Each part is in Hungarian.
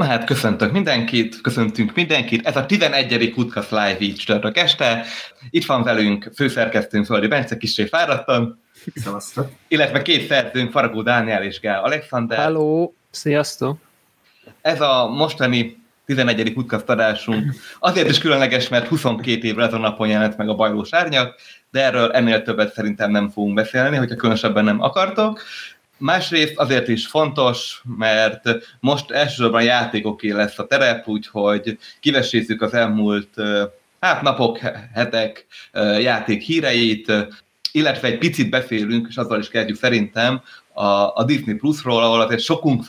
Na hát köszöntünk mindenkit. Ez a 11. Podcast Live így csütörtök este. Itt van velünk főszerkesztőnk Földi Bence, kissé fáradtan. Szevasztok. Illetve két szerzőnk, Faragó Dániel és Gál Alexander. Hello, sziasztok. Ez a mostani 11. podcast adásunk azért is különleges, mert 22 évre ez a napon jelent meg a Bajlós Árnyak, de erről ennél többet szerintem nem fogunk beszélni, hogyha különösebben nem akartok. Másrészt azért is fontos, mert most elsősorban játékoké lesz a terep, úgyhogy kivesézzük az elmúlt napok, hetek játék híreit, illetve egy picit beszélünk, és azzal is kezdjük szerintem, a Disney Plus-ról, ahol azért sokunk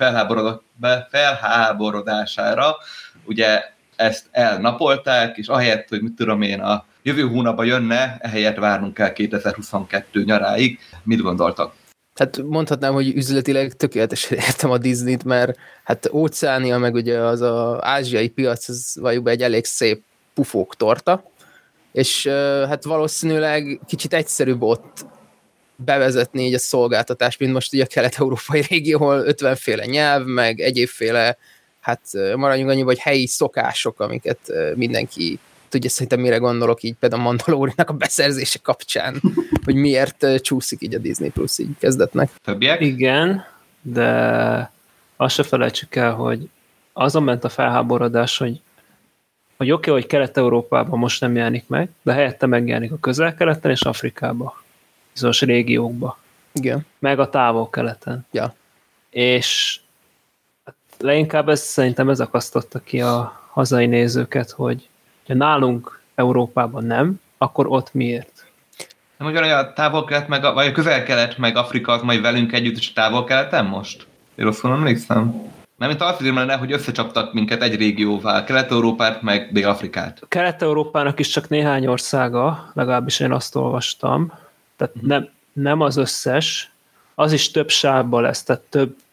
felháborodására, ugye ezt elnapolták, és ahelyett, hogy mit tudom én, a jövő hónapban jönne, ehelyett várnunk kell 2022 nyaráig. Mit gondoltak? Hát mondhatnám, hogy üzletileg tökéletesen értem a Disneyt, mert hát Óceánia, meg ugye az az ázsiai piac, az valljuk be egy elég szép pufók torta, és hát valószínűleg kicsit egyszerűbb ott bevezetni így a szolgáltatást, mint most ugye a kelet-európai régió, ahol 50 féle nyelv, meg egyébféle, hát maradjunk annyi, vagy helyi szokások, amiket mindenki tudja, szerintem mire gondolok így például Mandaloriannak a beszerzése kapcsán, hogy miért csúszik így a Disney Plus így kezdetnek. Többiek? Igen, de azt se felejtsük el, hogy azon ment a felháborodás, hogy oké, hogy Kelet-Európában most nem jelenik meg, de helyette megjelenik a Közel-Keleten és Afrikában, bizonyos régiókban. Igen. Meg a Távol-Keleten. Ja. És leginkább szerintem ez akasztotta ki a hazai nézőket, hogy ha nálunk Európában nem, akkor ott miért? Nem ugyan, hogy a Távol-Kelet, vagy a Közel-Kelet, meg Afrika az majd velünk együtt, és a Távol-Keleten most? Én rosszul emlékszem? Nem, mint azt azért lenne, hogy összecsaptak minket egy régióval, Kelet-Európát, meg Dél-Afrikát. Kelet-Európának is csak néhány országa, legalábbis én azt olvastam, tehát nem az összes, az is több sávban lesz, tehát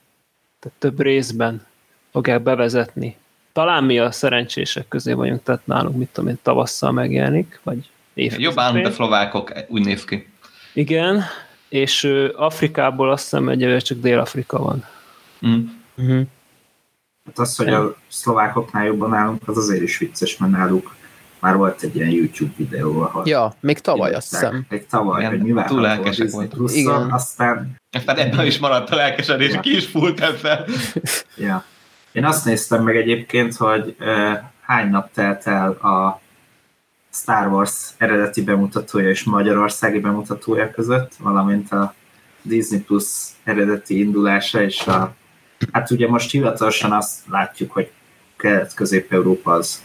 több részben fogják bevezetni. Talán mi a szerencsések közé vagyunk, tehát nálunk, mit tudom én, tavasszal megjelenik, vagy évközben. Jobb állunk a szlovákok, úgy néz ki. Igen, és Afrikából azt hiszem, hogy csak Dél-Afrika van. Uh-huh. Hát az, hogy a szlovákoknál jobban állunk, az azért is vicces, mert náluk már volt egy ilyen YouTube videó, ahol... Ja, még tavaly azt hiszem. Még tavaly, hogy mi várható a Disney Plus-on, aztán ebben is maradt a lelkesedés, ki is fúlt ezzel. Ja. Én azt néztem meg egyébként, hogy hány nap telt el a Star Wars eredeti bemutatója és magyarországi bemutatója között, valamint a Disney Plus eredeti indulása, és hát ugye most hivatalosan azt látjuk, hogy Kelet-Közép-Európa az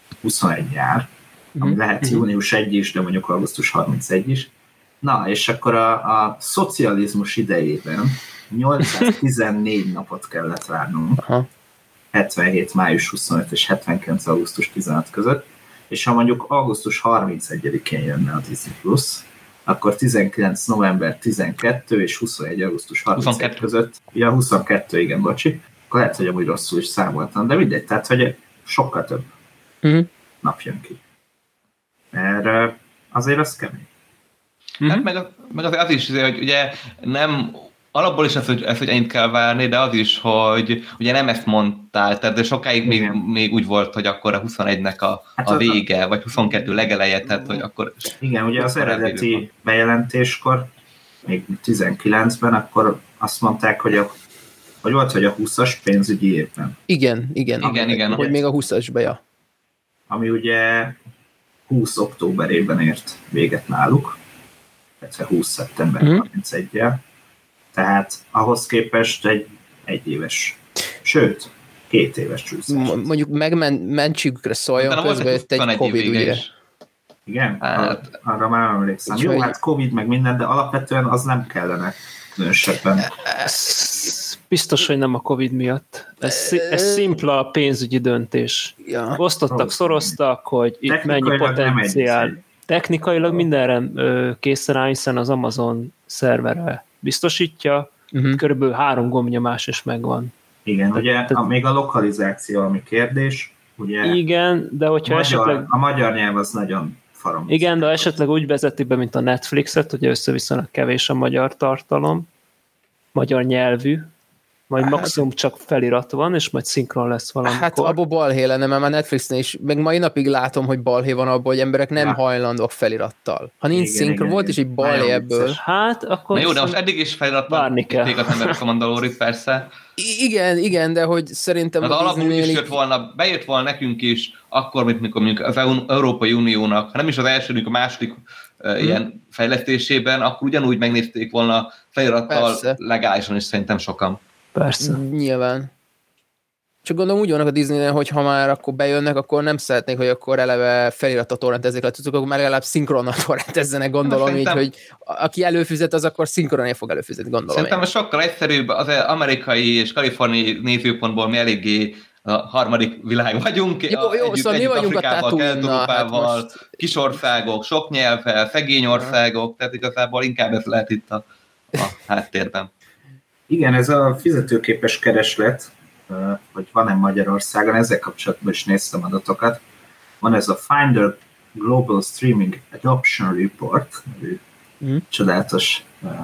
21 jár, ami lehet június 1 is, de mondjuk augusztus 31 is. Na, és akkor a szocializmus idejében 814 napot kellett várnunk. Aha. 77. május 25 és 79. augusztus 15 között, és ha mondjuk augusztus 31-én jönne a Disney Plus, akkor 19. november 12 és 21. augusztus 31 között, ja 22, igen, bocsi, akkor lehet, hogy amúgy rosszul is számoltam, de mindegy, tehát, hogy sokkal több nap jön ki. Mert azért az kemény. Hát meg az is, hogy ugye nem... Alapból is az, hogy ennyit kell várni, de az is, hogy ugye nem ezt mondtál, tehát de sokáig még úgy volt, hogy akkor a 21-nek a vége, vagy 22 legeleje, tehát hogy akkor... Igen, ugye az eredeti bejelentéskor, még 19-ben, akkor azt mondták, hogy volt, hogy a 20-as pénzügyi évben. Igen. Hogy még a 20-asba, ja. Ami ugye 20 októberében ért véget náluk, illetve 20 szeptember 31-jel. Tehát ahhoz képest egy éves, sőt, 2 éves csúszás. Mondjuk mentségükre szóljon, közben jött egy Covid, ugye? Igen? Hát, arra már emlékszem. Jó, hát Covid meg minden, de alapvetően az nem kellene különösebben. Biztos, hogy nem a Covid miatt. Ez szimpla pénzügyi döntés. Ja. Osztottak, szoroztak, hogy itt mennyi potenciál. Technikailag mindenre készen áll, hiszen az Amazon szervere biztosítja, körülbelül 3 gombnyomás is megvan. Igen, ugye még a lokalizáció, ami kérdés, ugye igen, de hogyha esetleg... A magyar nyelv az nagyon farom. Igen, de esetleg úgy vezeti be, mint a Netflixet, ugye összeviszonylag kevés a magyar tartalom, magyar nyelvű, Majd maximum csak felirat van, és majd szinkron lesz valamikor. Hát abból balhé lenne, mert már Netflixnél is, meg mai napig látom, hogy balhé van abból, hogy emberek nem hajlandóak felirattal. Ha nincs szinkron, volt is egy balhé ebből. Hát akkor... Na jó, de most eddig is felirattal vitték az emberek a Mandalórit, persze. Igen, de hogy szerintem... Az alapul is bejött volna nekünk is, akkor, mikor mondjuk az Európai Uniónak, ha nem is az első, a második ilyen fejlesztésében, akkor ugyanúgy megnézték volna felirattal legálisan is szerintem sokan. Persze. Nyilván. Csak gondolom úgy vannak a Disney-nél, hogy ha már akkor bejönnek, akkor nem szeretnék, hogy akkor eleve feliratot torrentezzék le, akkor már legalább szinkronnal torrentezzenek, gondolom így, hogy aki előfizet, az akkor szinkronon fog előfizetni, gondolom. Szerintem sokkal egyszerűbb, az amerikai és kaliforniai nézőpontból mi eléggé a harmadik világ vagyunk. Jó, szóval mi vagyunk Afrikával, a Kelet-Európával, hát most... kis országok, sok nyelvvel, szegény országok, tehát igazából inkább ez lehet itt a háttérben. Igen, ez a fizetőképes kereslet, hogy van-e Magyarországon, ezzel kapcsolatban is néztem adatokat. Van ez a Finder Global Streaming Adoption Report, csodálatos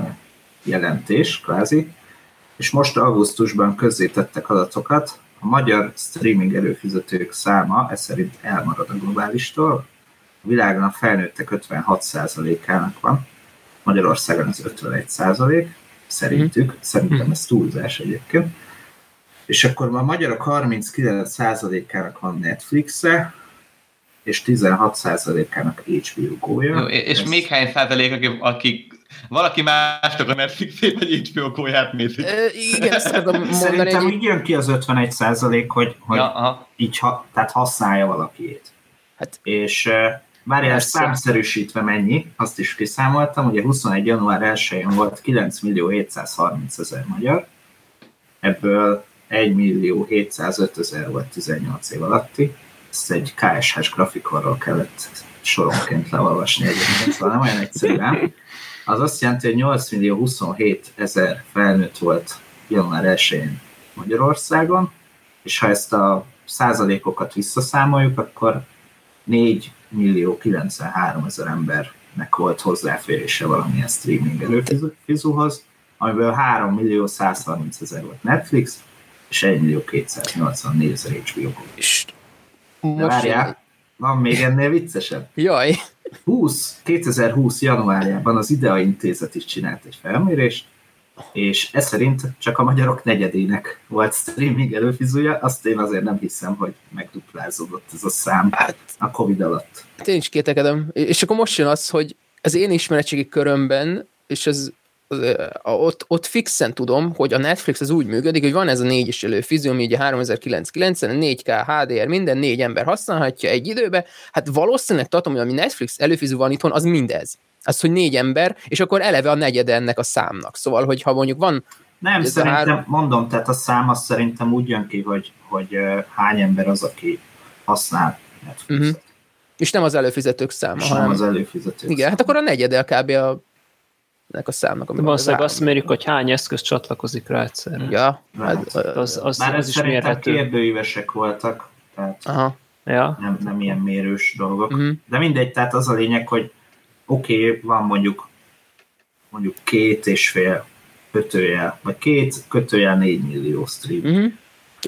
jelentés, kvázi, és most augusztusban közzétettek adatokat. A magyar streaming előfizetők száma ez szerint elmarad a globálistól. A világon a felnőttek 56%-ának van, Magyarországon ez 51%, szerintük, szerintem ez túlzás egyébként. És akkor a magyarok 39%-ának van Netflixe, és 16%-ának HBO Go-ja. És még hány százalék, akik valaki másnak a Netflixét vagy HBO Go-ját nézik? Igen, ezt tudom mondani. Szerintem így jön ki az 51%, hogy így tehát használja valakiét. Hát, és várjál, számszerűsítve mennyi, azt is kiszámoltam, ugye 21. január 1-én volt 9.730.000 magyar, ebből 1.705.000 volt 18 év alatti. Ezt egy KSH-s grafikonról kellett soronként leolvasni egyébként, szóval nem olyan egyszerűen. Az azt jelenti, hogy 8.027.000 felnőtt volt január 1-én Magyarországon, és ha ezt a százalékokat visszaszámoljuk, akkor 4.093.000 embernek volt hozzáférése valamilyen streaming előfizetőhoz, amiből 3.130.000 volt Netflix, és 1.284.000 HBO Go. De várjál, van még ennél viccesebb. Jaj! 2020 januárjában az IDEA Intézet is csinált egy felmérést, és ez szerint csak a magyarok negyedének volt streaming előfizetője, azt én azért nem hiszem, hogy megduplázódott ez a szám a Covid alatt. Én is kételkedem. És akkor most jön az, hogy az én ismeretségi körömben, és ott fixen tudom, hogy a Netflix az úgy működik, hogy van ez a 4-es előfizető, ami ugye 3990, 4K, HDR, minden 4 ember használhatja egy időbe. Hát valószínűleg tartom, hogy ami Netflix előfizető van itthon, az mindez. Az, hogy 4 ember, és akkor eleve a negyede ennek a számnak. Szóval, hogyha mondjuk van... Nem, szerintem, mondom, tehát a szám az szerintem úgy jön ki, hogy hány ember az, aki használ Netflixet. És nem az előfizetők száma, és nem az előfizetők igen, hát akkor a negyede kb. Ennek a számnak. Valószínűleg azt mérjük, hogy hány eszköz csatlakozik rá egyszerre. Ja, az is mérhető. Kérdőívesek voltak, tehát nem ilyen mérős dolgok. De mindegy, tehát az a lényeg, hogy oké, van mondjuk 2,5 kötőjel, vagy 2 kötőjel 4 millió stream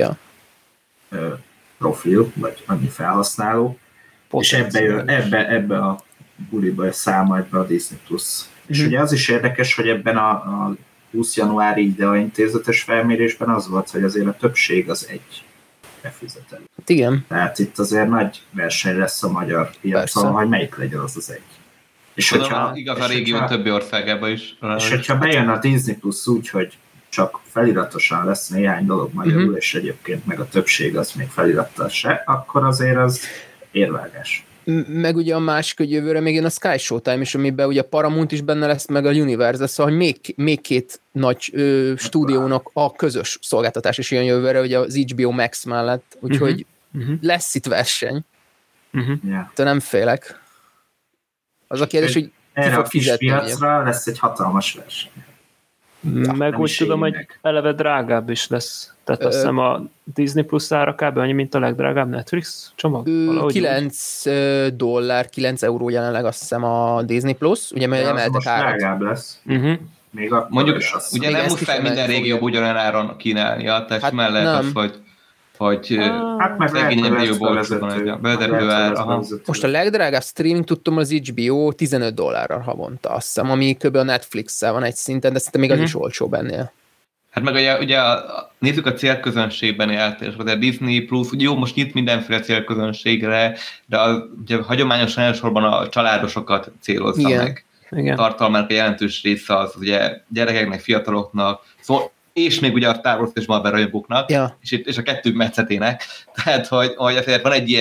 profil, vagy annyi felhasználó, és ebbe a buliba száma ebbe a Disney Plus. És ugye az is érdekes, hogy ebben a 20 januári IDEA intézetes felmérésben az volt, hogy azért a többség az egy befizetelő. Hát igen. Tehát itt azért nagy verseny lesz a magyar piacon, hogy melyik legyen az az egy. És hogyha, igaz a régió többi országában is. És hogyha bejön a Disney Plus úgy, hogy csak feliratosan lesz néhány dolog magyarul, és egyébként meg a többség az még felirattal se, akkor azért az érvágás. Meg ugye a másik, hogy jövőre még jön a Sky Showtime, és amiben ugye a Paramount is benne lesz, meg a Universal, szóval még két nagy stúdiónak a közös szolgáltatás is jön jövőre, ugye az HBO Max mellett, úgyhogy lesz itt verseny. De nem félek. Az a kérdés, hogy ki fog fizetni. Erre a kis piacra lesz egy hatalmas verseny. Meg úgy tudom, hogy eleve drágább is lesz. Tehát azt hiszem a Disney Plus ára kb. Annyi, mint a legdrágább Netflix csomag? $9, 9 euró jelenleg azt hiszem a Disney Plus, ugye mert emeltek árat. Drágább lesz. Még akkor mondjuk, ugye nem muszáj minden régióban ugyanolyan áron kínálnia, tehát hát mellett az, hogy meg szegényebb régióból a bevezető ár. Most a legdrágább streaming tudtom az HBO $15 havonta, azt hiszem, ami kb. A Netflix-szel van egy szinten, de szerintem még az is olcsóbb ennél. Hát meg ugye nézzük a célközönségben eltérés, a Disney Plus, ugye jó, most nyit mindenféle célközönségre, de ugye hagyományosan elsősorban a családosokat célozza meg. Igen. Tartalmának a jelentős része az ugye gyerekeknek, fiataloknak, szóval, és még ugye a Star Wars és Marvel rajongóknak, és a kettő metszetének. Tehát, hogy azért van egy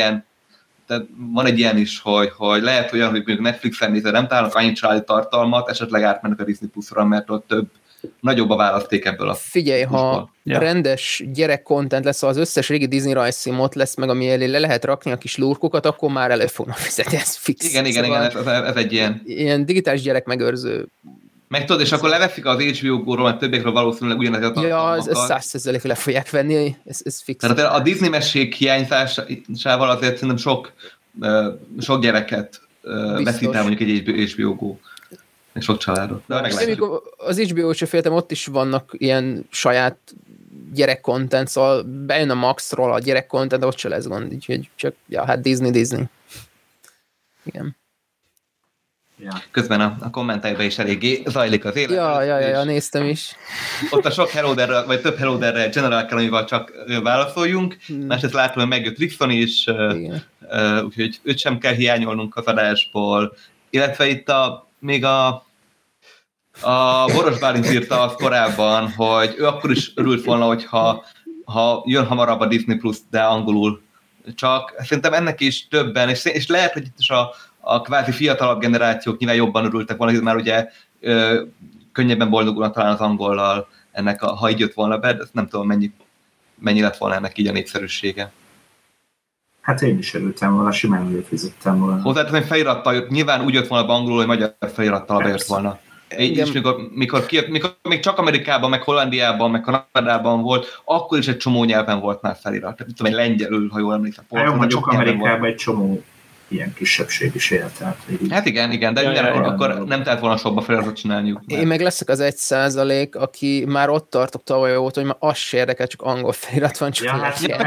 ilyen is, hogy lehet olyan, hogy mondjuk Netflixen nézve nem találnak annyi családi tartalmat, esetleg átmennek a Disney Plus-ra, mert ott nagyobb a választék ebből a Figyelj, ha rendes gyerek content lesz, az összes régi Disney rajzfilmot lesz meg, ami elé le lehet rakni a kis lurkokat, akkor már elő fognak fizetni, ez fix. Igen, ez egy ilyen digitális gyerek megőrző. Meg tudod, és akkor leveszik az HBO Go-ról, mert többiekről valószínűleg ugyanez a tartalmakat. Ja, ez 100% le fogják venni, ez fix. Tehát a Disney mesék hiányzásával azért szerintem sok gyereket veszít el mondjuk egy HBO Go. Sok családot. De az HBO-t sem féltem, ott is vannak ilyen saját gyerek content, szóval bejön a Maxról a gyerek content, ott se lesz gond, úgyhogy csak, hát Disney. Igen. Ja. Közben a kommentájban is eléggé zajlik az élet. Ja, néztem is. Ott a sok Hello-derre, vagy több Hello-derre General kell, amivel csak válaszoljunk. Másrészt látom, hogy megjött Rickson is, úgyhogy őt sem kell hiányolnunk az adásból. Illetve itt még a Boros Bálint írta azt korábban, hogy ő akkor is örült volna, hogyha jön hamarabb a Disney Plus, de angolul. Csak szerintem ennek is többen, és lehet, hogy itt is a kvázi fiatalabb generációk nyilván jobban örültek volna, már ugye könnyebben boldogulnak talán az angollal ennek, ha így jött volna be, de nem tudom, mennyi lett volna ennek így a népszerűsége. Hát én is örültem volna, simán előfizettem volna. Hozzáteszem, hogy felirattal, nyilván úgy jött volna be angolul, hogy magyar felirattal bejött volna. És mikor még csak Amerikában, meg Hollandiában, meg Kanadában volt, akkor is egy csomó nyelven volt már felirat. Tudom, egy lengyelül, ha jól emlékszem. Mondjuk Amerikában egy csomó ilyen kisebbség is élt át. Hát igen, de akkor nem telt volna sokba feliratot csinálniuk. Én meg leszek az 1%, aki már ott tartok tavaly óta, hogy már az se érdekel, csak angol felirat van, csak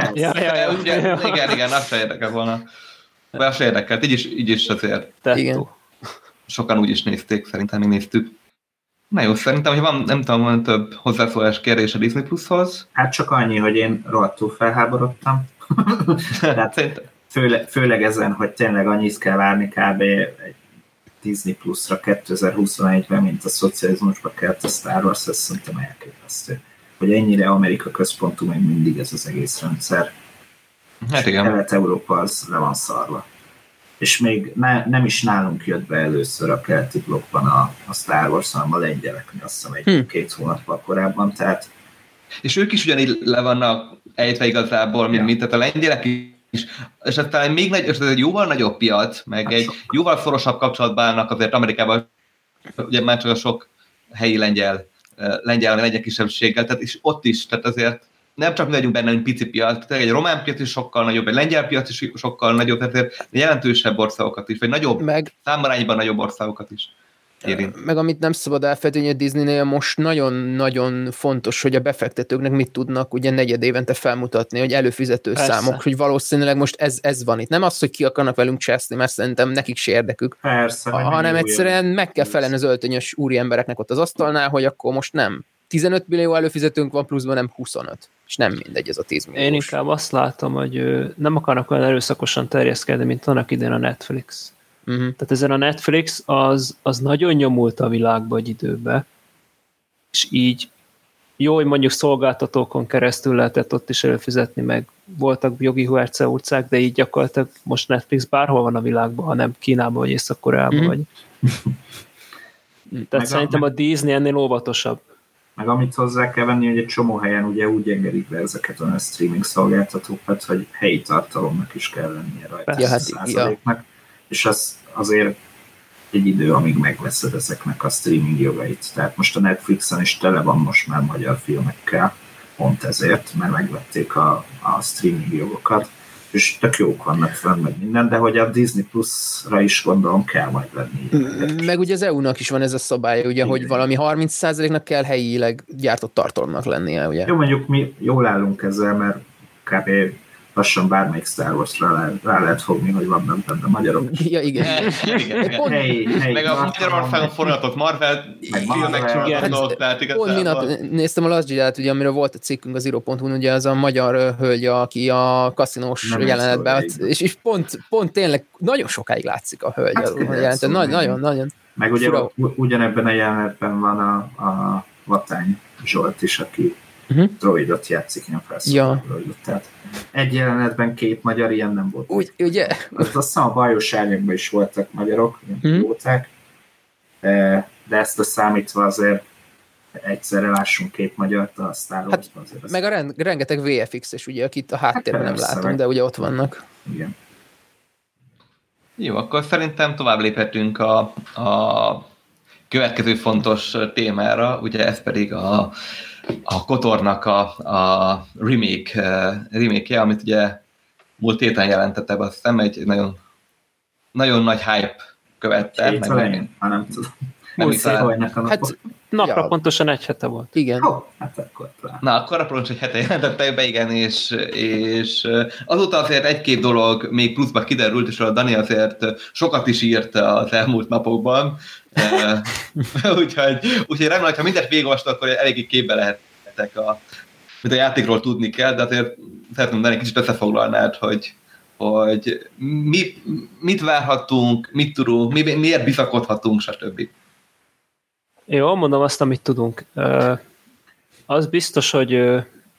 Igen, az se érdekel volna. Vagy az se érdekelt, így is azért. Igen. Sokan úgy is nézték, szerintem mi néztük. Na jó, szerintem, hogy van, nem tudom, van több hozzászólás kérdés a Disney Plushoz. Hát csak annyi, hogy én rohadtul felháborodtam. Tehát főleg ezen, hogy tényleg annyit kell várni kb. Egy Disney Plus-ra 2021-ben, mint a szocializmusba kelt a Star Wars, ez szerintem elképesztő. Hogy ennyire Amerika központú még mindig ez az egész rendszer. Hát igen. Kelet-Európa az le van szarva. És még nem is nálunk jött be először a keleti blokkban a Star Wars, hanem a lengyeleknél, azt hiszem 1-2 hónappal korábban, tehát... És ők is ugyanígy le vannak ejtve igazából, mint a lengyelek is, és aztán még egy jóval nagyobb piac, meg egy jóval szorosabb kapcsolatban állnak azért Amerikában, ugye már csak a sok helyi lengyel kisebbséggel, tehát és ott is, tehát azért nem csak mi vagyunk benne, egy pici piac, tehát egy román piac is sokkal nagyobb, egy lengyel piac is sokkal nagyobb, tehát jelentősebb országokat is, vagy nagyobb, számarányban nagyobb országokat is érint. Meg amit nem szabad elfelejteni, hogy a Disneynél most nagyon-nagyon fontos, hogy a befektetőknek mit tudnak ugye negyed évente felmutatni, hogy előfizető számok, hogy valószínűleg most ez van itt. Nem az, hogy ki akarnak velünk cseszni, mert szerintem nekik se érdekük. Persze, hanem egyszerűen meg kell felelni az öltönyös úri embereknek ott az asztalnál, hogy akkor most nem 15 millió előfizetőnk van pluszban, nem 25. És nem mindegy ez a 10 milliós. Én inkább azt látom, hogy nem akarnak olyan erőszakosan terjeszkedni, mint annak idén a Netflix. Tehát ezen a Netflix az nagyon nyomult a világba egy időbe, és így jó, hogy mondjuk szolgáltatókon keresztül lehetett ott is előfizetni, meg voltak jogi huerce utcák, de így gyakorlatilag most Netflix bárhol van a világban, ha nem Kínában vagy Észak-Koreában vagy. Tehát szerintem a Disney ennél óvatosabb. Meg amit hozzá kell venni, hogy egy csomó helyen ugye úgy engedik be ezeket a streaming szolgáltatókat, hogy helyi tartalomnak is kell lennie rajta százaléknak, és az azért egy idő, amíg megveszed ezeknek a streaming jogait. Tehát most a Netflixen is tele van most már magyar filmekkel, pont ezért, mert megvették a streaming jogokat, és tök jók vannak fönn, meg minden, de hogy a Disney Plus-ra is gondolom kell majd venni. Meg ugye az EU-nak is van ez a szabály, ugye, igen, hogy valami 30%-nak kell helyileg gyártott tartalomnak lennie, ugye? Jó, mondjuk mi jól állunk ezzel, mert kb. Lassan bármelyik Star Wars-ra rá lehet fogni, hogy vannak benne magyarok. Ja, igen. Meg a Magyarországon forgatott Marvel filmek sorozatok, tehát igazából. Pont minap néztem a Last Jedi-t, ugye, amiről volt a cikkünk az iro.hu-n, ugye az a magyar hölgy, aki a kaszinós jelenetben, és pont tényleg nagyon sokáig látszik a hölgy. Hát, nagyon. Meg ugye ugyanebben a jelenetben van a Vatány Zsolt is, aki droidot játszik, ilyen felszólalt droidot. Tehát egy jelenetben 2 magyar, ilyen nem volt. Ugye? Azt hiszem a Bajos Árnyakban is voltak magyarok, pilóták, de ezt a számítva azért egyszerre lássunk 2 magyart a Star Wars-ban. Hát, meg a rengeteg VFX-es, ugye, akit a háttérben nem látom, de ugye ott vannak. Igen. Jó, akkor szerintem tovább léphetünk a következő fontos témára, ugye ez pedig a KOTOR-nak a remake-je, amit ugye múlt héten jelentette be, azt hiszem egy nagyon, nagyon nagy hype követte. Nem tudom. Hát napra pontosan 1 hete volt. Igen. Hát akkor akkor pontosan 1 hete jelentette be, igen, és azóta azért 1-2 dolog még pluszba kiderült, és a Dani azért sokat is írt az elmúlt napokban. úgyhogy remélem, ha mindent végigolvastak, akkor eléggé képbe lehettek, amit a játékról tudni kell, de azért szeretném, Dani, kicsit összefoglalnád, hogy mit várhatunk, mit tudunk, miért bizakodhatunk, stb. Jó, mondom azt, amit tudunk. Az biztos, hogy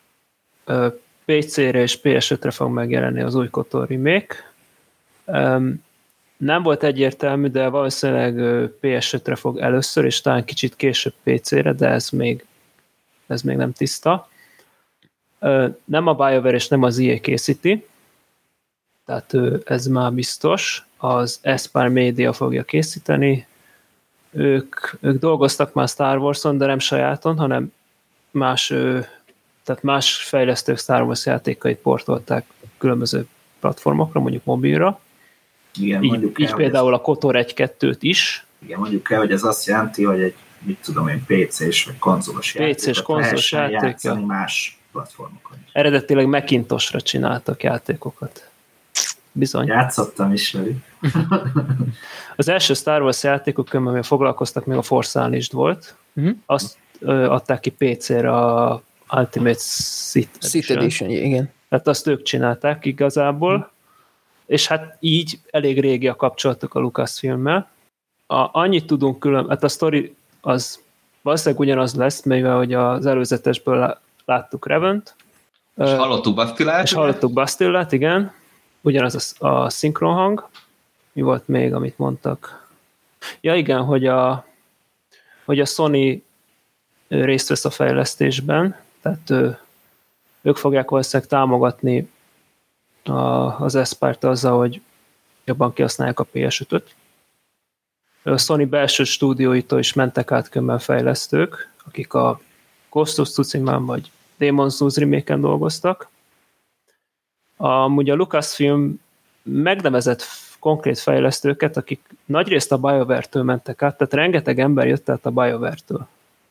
PC-re és PS5-re fog megjelenni az új KOTOR remake. Nem volt egyértelmű, de valószínűleg PS5-re fog először, és talán kicsit később PC-re, de ez még nem tiszta. Nem a BioWare és nem az EA készíti, tehát ez már biztos. Az Aspyr Media fogja készíteni. Ők dolgoztak már Star Wars-on, de nem sajáton, hanem más fejlesztők Star Wars játékait portolták különböző platformokra, mondjuk mobilra. Igen, így például a KOTOR 1-2-t is. Igen, mondjuk el, hogy ez azt jelenti, hogy egy, PC-s vagy konzolos játékot más platformokon is. Eredetileg Macintosra csináltak játékokat. Bizony. Játszottam is velük. Az első Star Wars játékok, amivel foglalkoztak, még a Force Unleashed volt. Azt adták ki PC-re a Ultimate Sith Edition, igen. Tehát azt ők csinálták igazából, és hát így elég régi a kapcsolatuk a Lucasfilmmel. Annyit tudunk külön, hát a sztori az valószínűleg ugyanaz lesz, mivel hogy az előzetesből láttuk Revent. És hallottuk Bastillát. Igen. Ugyanaz a szinkron hang. Mi volt még, amit mondtak? Ja igen, hogy a Sony részt vesz a fejlesztésben, tehát ők fogják valószínűleg támogatni az Aspyrt azzal, hogy jobban kihasználják a PS5-öt. A Sony belső stúdióitól is mentek át különben fejlesztők, akik a Ghost of Tsushima vagy Demon's Souls remake-en dolgoztak. Amúgy a Lucasfilm megnevezett konkrét fejlesztőket, akik nagyrészt a BioWare-től mentek át, tehát rengeteg ember jött át a BioWare-től.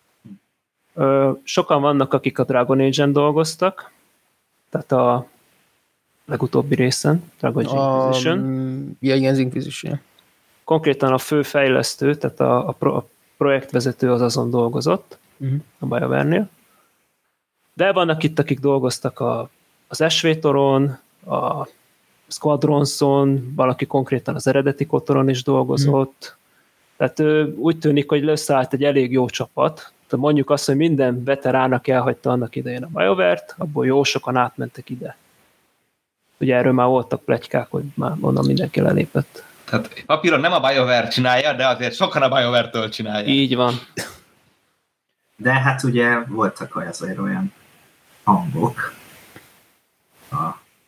Sokan vannak, akik a Dragon Age-en dolgoztak, tehát a legutóbbi részen, Dragon Age Inquisition. Igen, az Inquisition. Konkrétan a fő fejlesztő, tehát a projektvezető az azon dolgozott, a BioWare-nél. De vannak itt, akik dolgoztak az Esvétoron, a Squadronson, valaki konkrétan az eredeti KOTOR-on is dolgozott. Tehát úgy tűnik, hogy összeállt egy elég jó csapat. Tehát mondjuk azt, hogy minden veterának elhagyta annak idején a BioWare-t, abból jó sokan átmentek ide. Ugye erről már voltak pletykák, hogy már onnan mindenki lelépett. Tehát papíron nem a BioWare csinálja, de azért sokan a BioWare-től csinálják. Így van. De hát ugye voltak azért olyan hangok a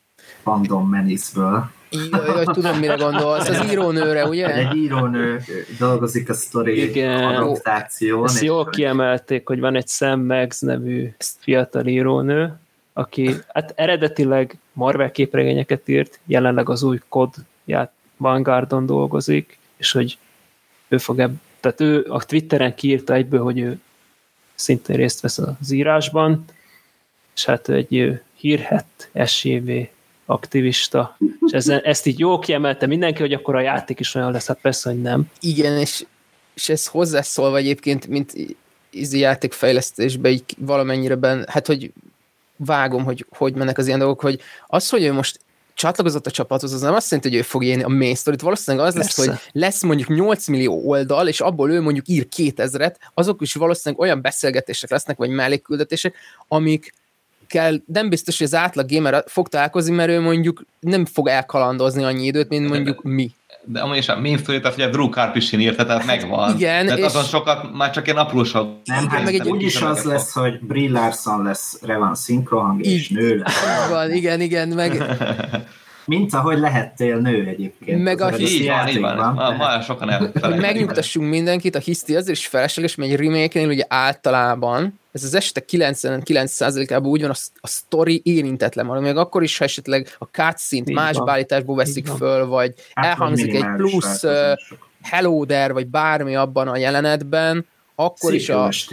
Fandom Menace-ből. Jaj, tudom, mire gondolsz. Az írónőre, ugye? Egy írónő dolgozik a sztori adaptáción. Ezt jól kiemelték, hogy van egy Sam Meggs nevű fiatal írónő, aki hát eredetileg Marvel képregényeket írt, jelenleg az új COD Vanguardon dolgozik, és hogy ő fog tehát ő a Twitteren kiírta egyből, hogy ő szintén részt vesz az írásban, és hát ő egy hírhett SJV aktivista, és ezt így jól kiemelte mindenki, hogy akkor a játék is olyan lesz, hát persze, hogy nem. Igen, és ez hozzászólva egyébként, mint játékfejlesztésbe így valamennyire hát hogy vágom, hogy mennek az ilyen dolgok, hogy az, hogy ő most csatlakozott a csapathoz, az nem azt jelenti, hogy ő fog írni a main storyt, valószínűleg az lesz, hogy lesz mondjuk 8 millió oldal, és abból ő mondjuk ír 2000-et, azok is valószínűleg olyan beszélgetések lesznek, vagy mellékküldetések, amik nem biztos, hogy az átlag gamer fog találkozni, mert ő mondjuk nem fog elkalandozni annyi időt, mint mondjuk mi. De amúgy is a main story-t, ugye Drew Karpyshyn írta, tehát megvan. Igen, tehát azon sokat már csak ilyen apróság. Nem, hát úgyis az lesz, hogy Brie Larson lesz Revan szinkrohang, és nő lesz. Igen, meg... Mint ahogy lehettél nő egyébként. Meg a így van. Ma sokan hogy megnyugtassunk mindenkit, a hiszti azért is felesleges, mert egy remake-nél ugye általában ez az esetek 99%-ában úgy van, a sztori érintetlen van, még akkor is, ha esetleg a cutscene-t más beállításból veszik föl, vagy elhangzik egy plusz hello there, vagy bármi abban a jelenetben, akkor szép is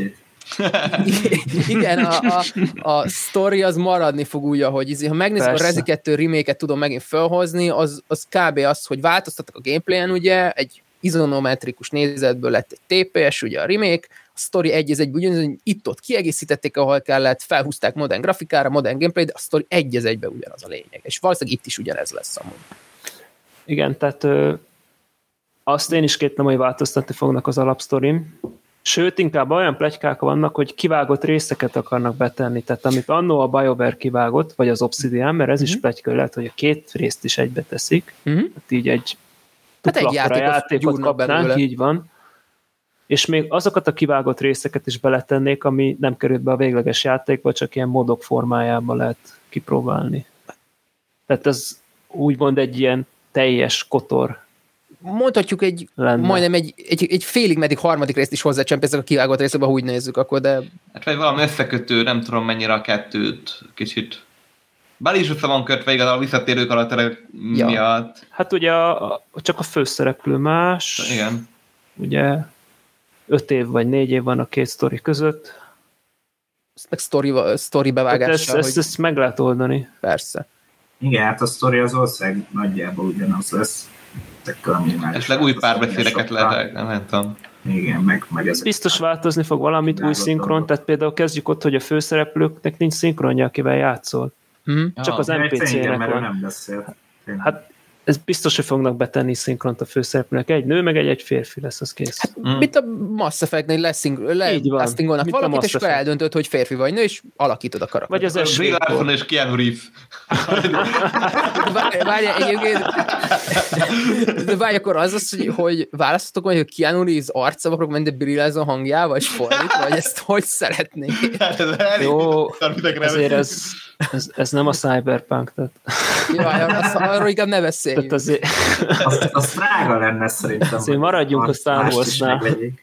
igen, a sztori az maradni fog úgy, ahogy ha megnézzük a Rezi 2 remake-et tudom megint felhozni, az kb. Az, hogy változtattak a gameplayen, ugye, egy izonometrikus nézetből lett egy TPS, ugye a remake, a sztori egy ugyanaz, itt-ott kiegészítették, ahol kellett, felhúzták modern grafikára, modern gameplay, de a sztori egy ugyanaz a lényeg. És valószínűleg itt is ugyanez lesz amúgy. Igen, tehát azt én is kétlem, hogy változtatni fognak az alapsztorim. Sőt, inkább olyan pletykák vannak, hogy kivágott részeket akarnak betenni. Tehát amit annó a BioWare kivágott, vagy az Obsidian, mert ez is pletyka, lehet, hogy a két részt is egybe teszik. Hát így egy játékot kapnánk, így van. És még azokat a kivágott részeket is beletennék, ami nem került be a végleges játékba, csak ilyen modok formájában lehet kipróbálni. Tehát ez úgymond egy ilyen teljes kotor. Mondhatjuk majdnem egy félig meddig harmadik részt is hozzácsempészek a kivágott részekbe, ha úgy nézzük akkor, de... Hát vagy valami összekötő, nem tudom mennyire a kettőt kicsit. Bár is össze van kötve igaz a visszatérő karakterek miatt. Hát ugye csak a főszereplő más. Igen. Ugye 5 év vagy 4 év van a két sztori között. Meg sztori bevágással. Ezt meg lehet oldani. Persze. Igen, hát a sztori az ország nagyjából ugyanaz lesz. Esetleg új párbeszédeket lehet, nem tudom. Igen, meg ez. Biztos változni fog valamit, új szinkron, tehát például kezdjük ott, hogy a főszereplőknek nincs szinkronja, akivel játszol. Csak az NPC-nek van. Nem beszél. Hát ez biztos, hogy fognak betenni szinkront a főszereplőnek. Egy nő, meg egy férfi lesz, az kész. Hát, mit a Mass Effect-nél leszingolnak valakit, és akkor eldöntöd, hogy férfi vagy nő, és alakítod a karaktert. Vagy az Brie Larson és Keanu Reeves. Várj, akkor az, hogy választotok majd, hogy Keanu Reeves arcába akarok menni, de Brie Larson hangjával, és fordít, vagy ezt hogy szeretnék? Hát jó, azért ez nem a Cyberpunk, tehát... Jaj, arról inkább ne beszéljünk. Azért... Az drága lenne szerintem. Azért maradjunk a Star Wars-nál.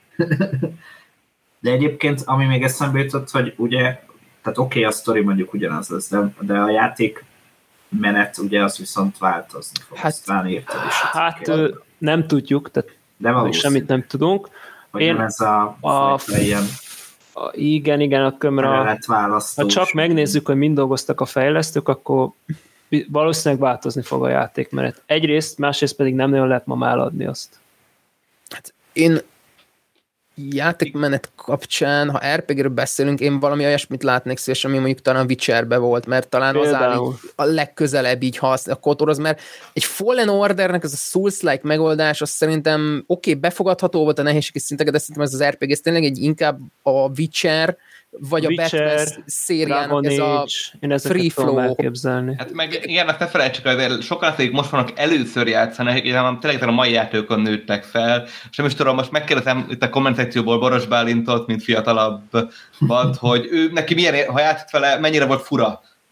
De egyébként, ami még eszembe jutott, hogy ugye, tehát oké, a sztori mondjuk ugyanaz lesz, de a játék menet ugye az viszont változni fog. Hát nem tudjuk, tehát semmit nem tudunk. Ez a ilyen... Igen, akkor ha csak megnézzük, hogy mind dolgoztak a fejlesztők, akkor valószínűleg változni fog a játékmenet. Egyrészt, másrészt pedig nem nagyon lehet ma eladni azt. Hát én játékmenet kapcsán, ha RPG-ről beszélünk, én valami olyasmit látnék szívesen, ami mondjuk talán a Witcherbe volt, mert talán az áll a legközelebb így használ a kotorhoz, mert egy Fallen Ordernek ez a Souls-like megoldás, az szerintem befogadható volt a nehézségi szinteket, de szerintem ez az RPG, ez tényleg egy inkább a Witcher, vagy a Batman szériának ez a free flow. Hát meg igen, azt ne felejtsük, hogy sokan azt, most vannak először játszani, tényleg a mai játékokon nőttek fel, és nem is tudom, most megkérdezem itt a komment szekcióból Boros Bálintot, mint fiatalabbat, hogy ő neki milyen, ha játszott vele, mennyire volt fura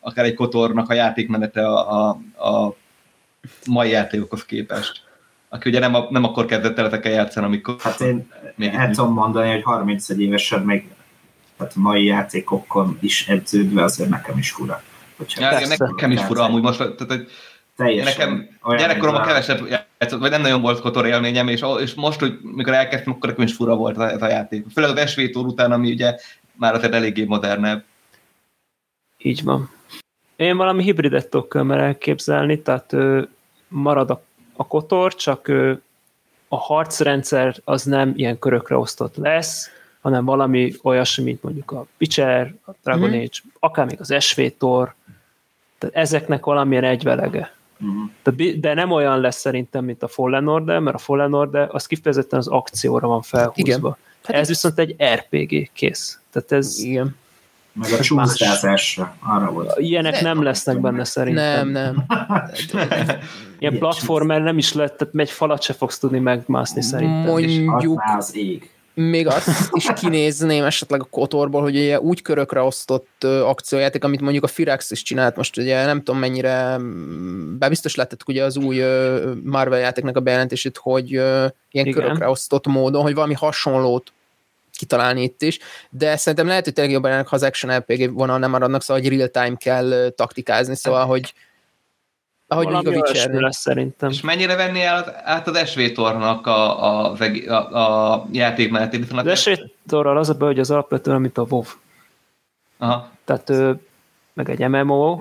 akár egy Kotornak a játékmenete a mai játékokhoz képest. Aki ugye nem akkor kezdett el ezekkel játszani, amikor... Hát én el tudom mondani, hogy 31 évesen még tehát a mai játékokon is edződve azért nekem is fura. Nekem is fura amúgy most, tehát nekem gyerekkoromban kevesebb játszott, vagy nem nagyon volt Kotor élményem, és most, hogy mikor elkezdtem, akkor nekem is fura volt ez a játék. Főleg az SVTOR után, ami ugye már azért eléggé modernebb. Így van. Én valami hibridet tudok már elképzelni, tehát marad a Kotor, csak a harcrendszer az nem ilyen körökre osztott lesz, hanem valami olyasmi, mint mondjuk a Witcher, a Dragon Age, akár még az SVTOR, tehát ezeknek valamilyen egyvelege. De nem olyan lesz szerintem, mint a Fallen Order, mert a Fallen Order az kifejezetten az akcióra van felhúzva. Hát ez viszont egy RPG, kész. Tehát ez... Igen. Meg a csúszásra arra volt. Ilyenek nem lesznek benne szerintem. Nem. Ilyen platformer nem is lett, tehát egy falat se fogsz tudni megmászni szerintem. Mondjuk az ég. még azt is kinézném esetleg a Kotorból, hogy ugye úgy körökre osztott akciójáték, amit mondjuk a Firax is csinált most, ugye nem tudom mennyire, biztos láttátok ugye az új Marvel játéknak a bejelentését, hogy ilyen körökre osztott módon, hogy valami hasonlót kitalálni itt is, de szerintem lehet, hogy tényleg jobban ennek, ha az action RPG vonal nem maradnak, szóval, hogy real time kell taktikázni, szóval, hogy ahogy mondjuk a Witcher lesz szerintem. És mennyire venni át az SVTOR-nak a játékmenetét? Az SVTOR-ral az a baj, hogy az alapvetően, mint a WoW. Aha. Tehát meg egy MMO.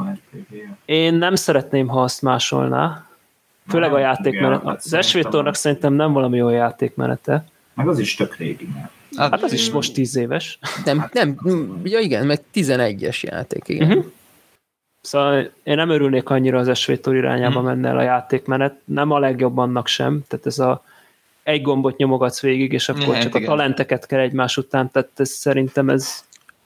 Én nem szeretném, ha azt másolná. Főleg a játékmenet. Az SVTOR-nak szerintem nem valami jó játékmenete. Meg az is tök régi. Hát az is most 10 éves. Nem, ja igen, meg 11-es játék, igen. Szóval én nem örülnék annyira az SVTOR irányába menne el a játékmenet, nem a legjobb annak sem, tehát ez egy gombot nyomogatsz végig, és akkor csak a talenteket kell egymás után, tehát szerintem ez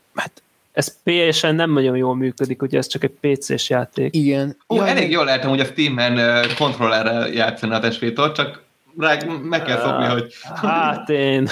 PS-en nem nagyon jól működik, ugye ez csak egy PC-s játék. Igen. Elég jól lehet, hogy a Steam-en kontrollerrel játszani az SVTOR, csak meg kell szokni, hogy... Hát én...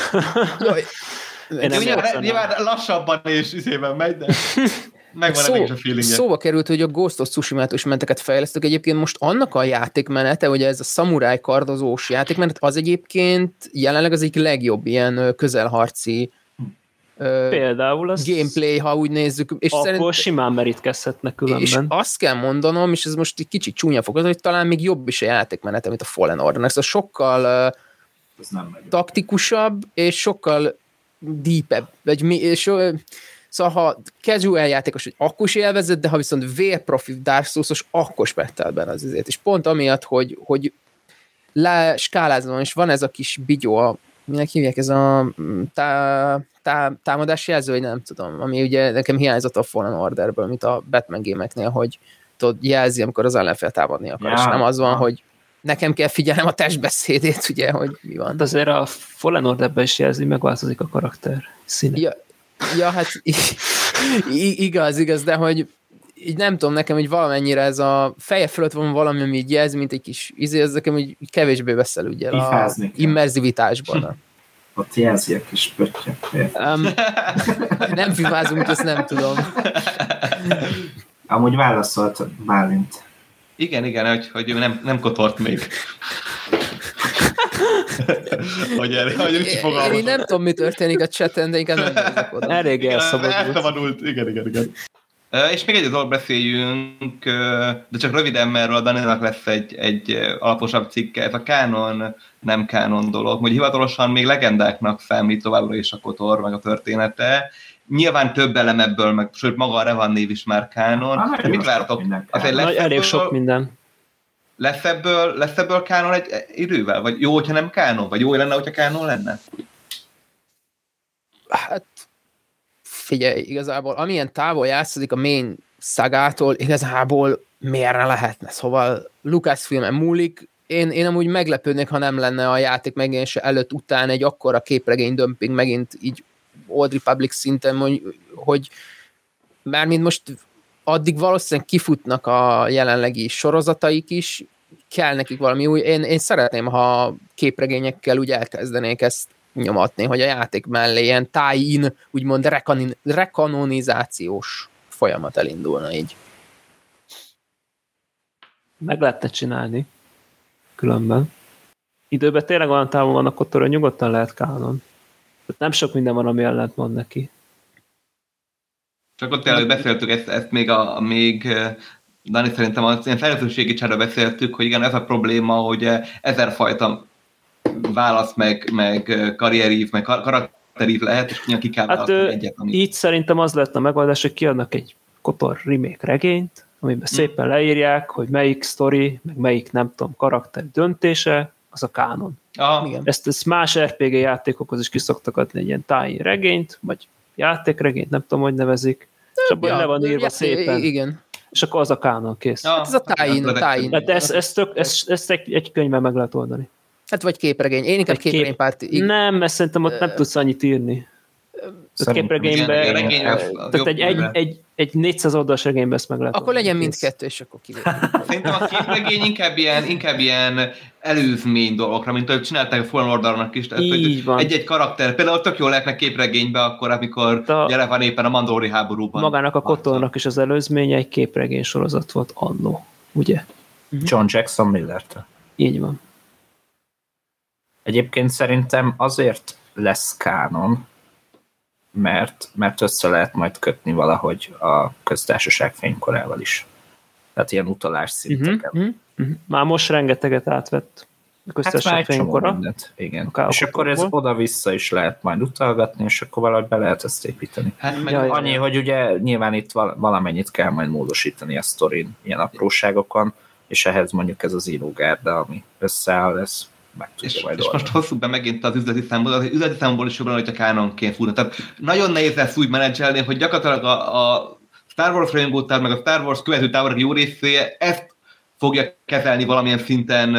Nyilván lassabban és üzében megy, de... Megvan ennek is a feelingje. Szóba került, hogy a Ghost of Tsushima-t menteket fejlesztők. Egyébként most annak a játékmenete, ugye ez a szamuráj kardozós játékmenet, az egyébként jelenleg az egyik legjobb ilyen közelharci például az gameplay, ha úgy nézzük. És akkor simán merítkezhetnek különben. És azt kell mondanom, és ez most egy kicsit csúnya fog, hogy talán még jobb is a játékmenete, mint a Fallen Order. Szóval sokkal taktikusabb, és sokkal deepebb. Szóval ha casual játékos, hogy akkor is élvezett, de ha viszont vérprofi Dark Souls-os, akkor spettel benne az izét. És pont amiatt, hogy skálázva, és van ez a kis bigyó, minek hívják, ez a támadásjelző, vagy nem tudom, ami ugye nekem hiányzott a Fallen Orderből, mint a Batman gémeknél, hogy tudod, jelzi, amikor az ellenfél támadni akar, és nem az van, hogy nekem kell figyelnem a testbeszédét, ugye, hogy mi van. De azért a Fallen Orderben is jelzi, megváltozik a karakter színe. Ja, hát igaz, de hogy így nem tudom, nekem, hogy valamennyire ez a feje fölött van valami, ami így jelzi, mint egy kis ez nekem hogy kevésbé veszel ugye a immerzivitásban. Ott jelzi a kis pöttyök. Nem fifázunk, ezt nem tudom. Amúgy válaszolt Bálint. Igen, hogy ő nem kotort még. Én nem tudom, mi történik a chaten, de inkább nem nézek oda. Elég elszabadult. Igen. És még egy dolog beszéljünk, de csak röviden, mert a Danielnak lesz egy alaposabb cikke, ez a kánon, nem kánon dolog, hogy hivatalosan még legendáknak számít továbbra is a Kotor, meg a története. Nyilván több elem ebből, sőt maga a Revan név is már kánon. Mit vártok? Elég sok minden. Lesz ebből kánon egy idővel? Vagy jó, hogyha nem kánon? Vagy jó lenne, hogyha kánon lenne? Hát figyelj, igazából amilyen távol játszódik a main szagától, igazából miért ne lehetne? Szóval Lucasfilmen múlik, én amúgy meglepődnék, ha nem lenne a játék megjelenése előtt után egy akkora képregény dömping megint így Old Republic szinten, hogy mármint most addig valószínűleg kifutnak a jelenlegi sorozataik is, kell nekik valami új. Én szeretném, ha képregényekkel úgy elkezdenék ezt nyomatni, hogy a játék mellé ilyen tie-in, úgymond rekanonizációs folyamat elindulna így. Meg lehetne csinálni. Különben. Időben tényleg olyan távon van, akkor tőle nyugodtan lehet kánon. Tehát nem sok minden van, ami ellent mond neki. Csak ott tényleg beszéltük ezt még Dani, szerintem az ilyen felelősségi csára beszéltük, hogy igen, ez a probléma, hogy ezerfajta válasz, meg karrierív, meg karakterív lehet, és ki kell választani egyet. Így szerintem az lett a megoldás, hogy kiadnak egy KOTOR remake regényt, amiben szépen leírják, hogy melyik sztori, meg melyik, nem tudom, karakter döntése, az a kánon. Ezt más RPG játékokhoz is kiszoktak adni egy ilyen tie-in regényt, vagy játékregényt, nem tudom, hogy nevezik, és abban le van írva szépen. Igen. És akkor az a kánon kész. Hát ez a tie-in. Hát ezt egy könyvben meg lehet oldani. Hát vagy képregény. Én inkább képregénypárt. Nem, mert szerintem ott nem tudsz annyit írni. Tehát képregényben, egy 400 oldalas regényben ezt meg lehet. Akkor legyen mindkettő, és akkor kivétel. Szerintem a képregény inkább ilyen előzmény dolgokra, mint ahogy csinálták a Fallen Ordernak is. Egy-egy karakter. Például tök jól lehetne képregénybe, akkor, amikor jelen van éppen a Mandalori háborúban. Magának a KOTOR-nak is az előzménye egy képregény sorozat volt annó, ugye? John Jackson Millertől. Így van. Egyébként szerintem azért lesz kánon, mert össze lehet majd kötni valahogy a köztársaság fénykorával is. Tehát ilyen utalás szinteken. Már most rengeteget átvett a köztársaság fénykora. Igen. És akkor ez oda-vissza is lehet majd utalgatni, és akkor valahogy be lehet ezt építeni. Hát annyi, hogy ugye nyilván itt valamennyit kell majd módosítani a sztorin ilyen apróságokon, és ehhez mondjuk ez az írógárda, ami összeáll, ez és most hosszuk be megint az üzleti számból, az üzleti számból is jobban, hogy a kánonként futna. Tehát nagyon nehéz lesz úgy menedzselni, hogy gyakorlatilag a Star Wars rajongótár, meg a Star Wars követő táborok jó részéje ezt fogja kezelni valamilyen szinten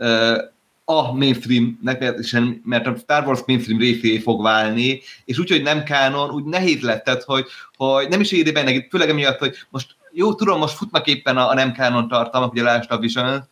a mainstreamnek, mert a Star Wars mainstream részé fog válni, és úgy, hogy nem kánon, úgy nehéz lett, tehát, hogy nem is éri benne, főleg emiatt, hogy most jó, tudom, most futnak éppen a nem kánon tartalmak, ugye lásd a Vision,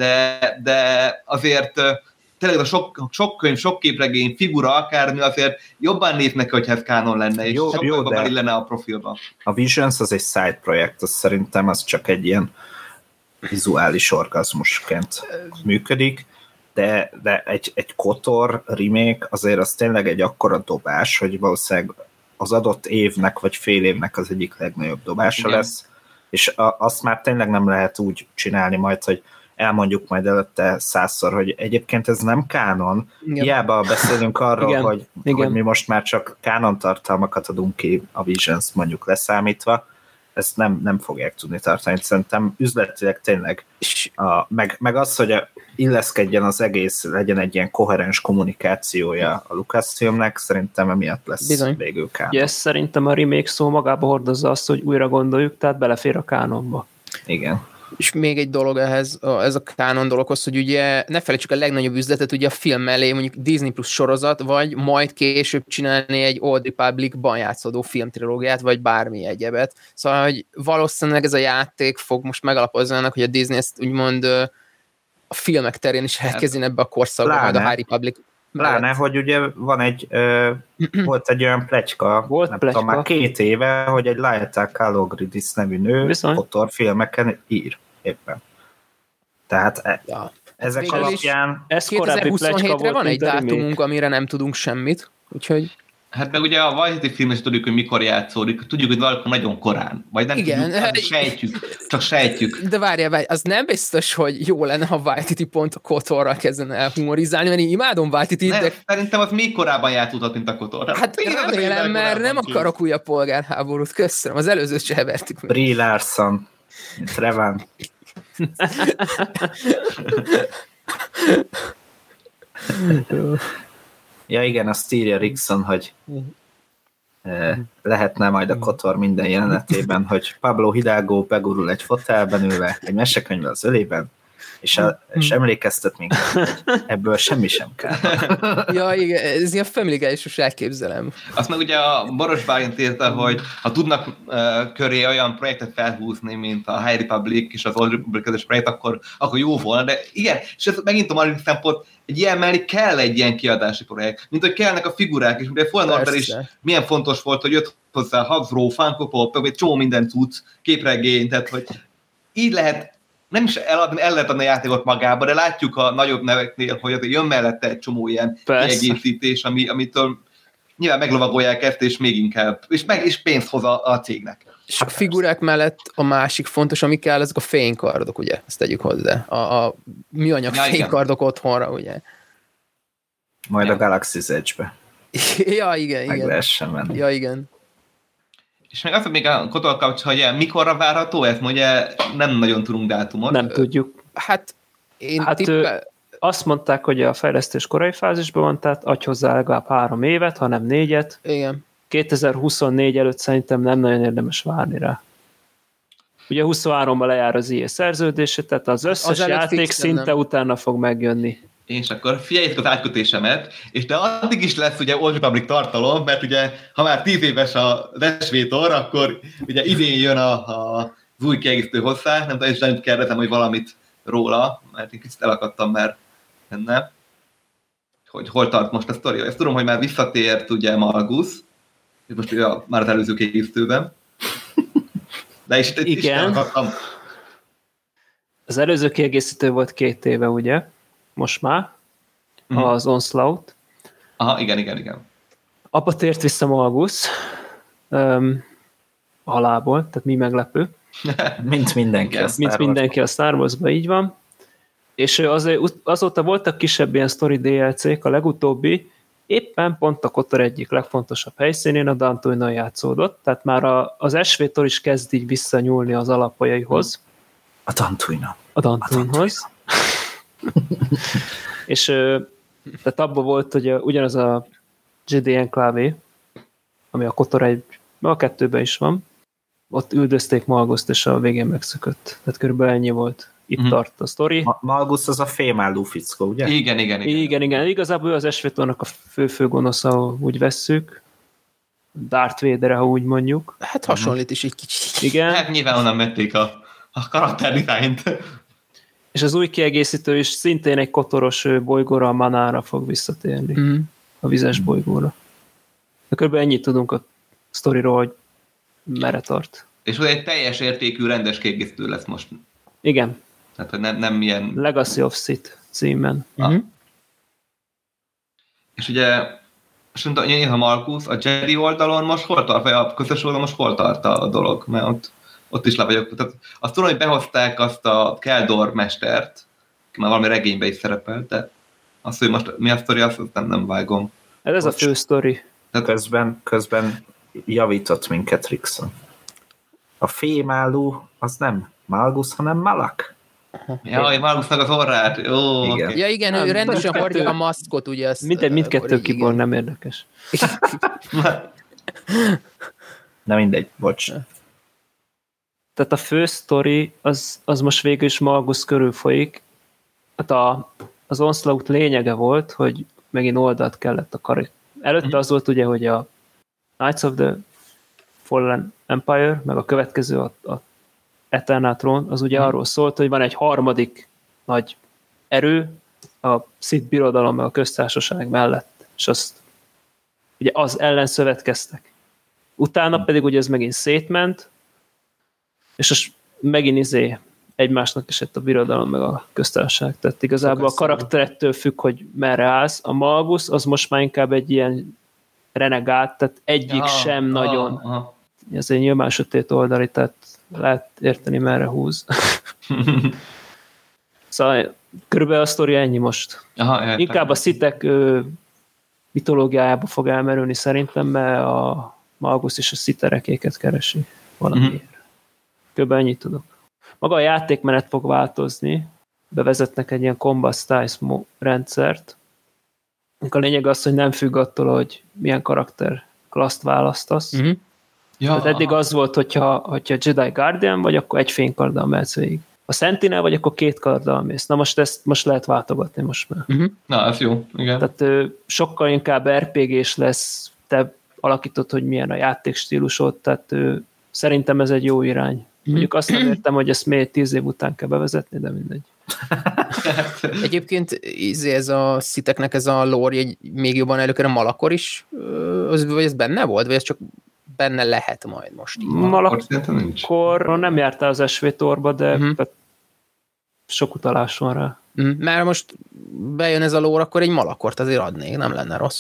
de azért tényleg a sok könyv, sok képregény, figura, akármi azért jobban néznek, hogyha ez kánon lenne, és sokkal jobban illene a profilban. A Visions az egy side projekt, az szerintem az csak egy ilyen vizuális orgazmusként működik, de egy KOTOR remake azért az tényleg egy akkora dobás, hogy valószínűleg az adott évnek vagy fél évnek az egyik legnagyobb dobása lesz, és azt már tényleg nem lehet úgy csinálni majd, hogy elmondjuk majd előtte 100-szor, hogy egyébként ez nem kánon. Hiába beszélünk arról, hogy mi most már csak kánon tartalmakat adunk ki a Visions mondjuk leszámítva, ezt nem fogják tudni tartani. Szerintem üzletileg tényleg, meg az, hogy illeszkedjen az egész, legyen egy ilyen koherens kommunikációja a Lucasfilmnek, szerintem emiatt lesz végül kánon. Yes, szerintem a remake szó magába hordozza azt, hogy újra gondoljuk, tehát belefér a kánonba. Igen. És még egy dolog ehhez, ez a kánon dologhoz, hogy ugye ne felejtsük a legnagyobb üzletet, ugye a film mellé mondjuk Disney Plus sorozat, vagy majd később csinálni egy Old Republic-ban játszódó filmtrilógiát, vagy bármi egyebet. Szóval, hogy valószínűleg ez a játék fog most megalapozni annak, hogy a Disney ezt úgymond a filmek terén is elkezdjen ebbe a korszakba, majd a High Republic. Pláne, hogy ugye van volt egy olyan pletyka, tudom, már 2 éve, hogy egy Laeta Kalogridis nevű nő KOTOR filmeken ír éppen. Tehát ezek alapján... 2027-re van egy dátumunk, amire nem tudunk semmit, úgyhogy... Hát meg ugye a Waititi film is tudjuk, hogy mikor játszódik, tudjuk, hogy valakor nagyon korán, vagy nem tudjuk, csak sejtjük. De várjál, az nem biztos, hogy jó lenne, ha Waititi pont a KOTOR-ra kezdene el humorizálni, mert én imádom Waititit, de... Szerintem az még korábban játszódhat, mint a KOTOR. Hát remélem, mert nem akarok újabb polgárháborút, köszönöm, az előzőt se hevertük meg. Brie Larson, Trevan. Ja igen, azt írja Rickson, hogy lehetne majd a KOTOR minden jelenetében, hogy Pablo Hidalgo begurul egy fotelben ülve, egy mesekönyvvel az ölében, és emlékeztet minket, hogy ebből semmi sem kell. Ja, igen, ez ilyen Family Guy-os elképzelem. Azt meg ugye a Boros Bálint írta, hogy ha tudnak köré olyan projektet felhúzni, mint a High Republic és az Old Republic közös projekt, akkor jó volna, de igen, és ez megint a marketing szempont, egy ilyen mellé kell egy ilyen kiadási projekt, mint hogy kellnek a figurák, és ugye Fallen Order is milyen fontos volt, hogy jött hozzá Hasbro, Funko Pop, egy csomó minden cucc, képregény, tehát hogy így lehet, nem is el lehet adni a játékot magába, de látjuk a nagyobb neveknél, hogy jön mellette egy csomó ilyen kiegészítés, amitől nyilván meglovagolják ezt, és még inkább, és pénzt hoz a cégnek. És a figurák mellett a másik fontos, ami kell, ezek a fénykardok, ugye? Ezt tegyük hozzá. A műanyag fénykardok otthonra, ugye? Majd a Galaxy's Edge-be. Ja, igen. Meg lehessen menni. Ja, igen. És még azt, hogy még a Kotor kapcsolatban, hogy mikorra várható ez? Ugye nem nagyon tudunk dátumot. Nem tudjuk. Hát azt mondták, hogy a fejlesztés korai fázisban van, tehát adj hozzá legalább 3 évet, hanem 4-et. Igen. 2024 előtt szerintem nem nagyon érdemes várni rá. Ugye 23-ban lejár az EA szerződése, tehát az összes játék szinte utána fog megjönni. És akkor figyeljétek az átkötésemet, és de addig is lesz ugye Old Republic tartalom, mert ugye ha már 10 éves az SVTOR, akkor ugye idén jön az új kiegészítő hozzá, nem tudom, és nem kérdezem, hogy valamit róla, mert én kicsit elakadtam már benne, hogy hol tart most a sztori. Ezt tudom, hogy már visszatért ugye Malgus, és most ugye már az előző kiegészítőben, de is elakadtam. Az előző kiegészítő volt 2 éve, ugye? Most már, az Onslaught. Aha, igen. Apa tért vissza Malgus halálból, tehát mi meglepő. Mint mindenki a Star Mint mindenki a Star Wars-ban, így van. És azóta voltak kisebb ilyen story DLC-k, a legutóbbi éppen pont a Kotor egyik legfontosabb helyszínén, a Dantooine-on játszódott, tehát már az SVTOR is kezd így visszanyúlni az alapjaihoz. A Dantooine-hoz. És tehát abban volt, hogy ugyanaz a Jedi Enclave, ami a Kotor a 2-ben is van, ott üldözték Malgust, és a végén megszökött. Tehát körülbelül ennyi volt. Itt tart a sztori. Malgus az a fémálló fickó, ugye? Igen. Igazából ő az SVTOR-nak a fő gonosza, úgy vesszük. Darth Vader, ha úgy mondjuk. Hát hasonlít is egy kicsit. Igen. Hát nyilván onnan vették a karakterdizájnt. És az új kiegészítő is szintén egy kotoros bolygóra, a Manára fog visszatérni. A vizes bolygóra. De kb. Ennyit tudunk a sztoriról, hogy merre tart. És egy teljes értékű rendes kiegészítő lesz most. Igen. Tehát, hogy nem ilyen... Legacy of Sith címen. És ugye, a Malkus, a Jedi oldalon most hol tart, vagy a közös oldalon most hol tart a dolog? Mert ott is le vagyok. Tehát azt tudom, hogy behozták azt a Keldor mestert, ki már valami regényben is szerepelt, de azt, hogy most mi a sztori, azt nem vágom. Ez a fő sztori. Közben javított minket Rickson. A fémálló az nem Malgus, hanem Malak. Jaj, Malgusnak az orrát. Jó, igen. Okay. Ja igen, ő rendesen hordja a maszkot, ugye. Mindkettő kiból nem érdekes. Na mindegy, bocs. Tehát a fő sztori az most végül is Malgus körül folyik. Hát az Onslaught lényege volt, hogy megint oldalt kellett a karik. Előtte az volt ugye, hogy a Knights of the Fallen Empire, meg a következő a Eternal Throne, az ugye arról szólt, hogy van egy harmadik nagy erő a Sith birodalom meg a köztársaság mellett, és azt ugye az ellen szövetkeztek. Utána pedig ugye ez megint szétment, és megint egymásnak esett a birodalom meg a köztársaság. Tehát igazából a karakterettől függ, hogy merre állsz. A Malgus az most már inkább egy ilyen renegát, tehát egyik sem nagyon. Ez egy nyilván sötét oldali, tehát lehet érteni, merre húz. Szóval körülbelül a sztori ennyi most. Inkább a szitek mitológiájába fog elmerülni szerintem, mert a Malgus és a sziterekéket keresi valamiért. Körülbelül ennyit tudok. Maga a játékmenet fog változni, bevezetnek egy ilyen combat styles rendszert. A lényeg az, hogy nem függ attól, hogy milyen karakter klasszt választasz. Ja, tehát eddig az volt, hogyha Jedi Guardian vagy, akkor egy fénykarddal mehetsz végig. a Sentinel vagy, akkor 2 karddal mész. Na most lehet váltogatni most már. Na, ez jó, igen. Tehát sokkal inkább RPG-s lesz, te alakítod, hogy milyen a játékstílusod, tehát szerintem ez egy jó irány. Mondjuk azt nem értem, hogy ezt miért 10 év után kell bevezetni, de mindegy. Egyébként ez a sziteknek ez a lore még jobban előkerül a Malakor is, vagy ez benne volt, vagy ez csak benne lehet majd most így? Malakor nem jártál az SVTOR-ba, de sok utalás van rá. Mert most bejön ez a lore, akkor egy Malakort azért adnék, nem lenne rossz.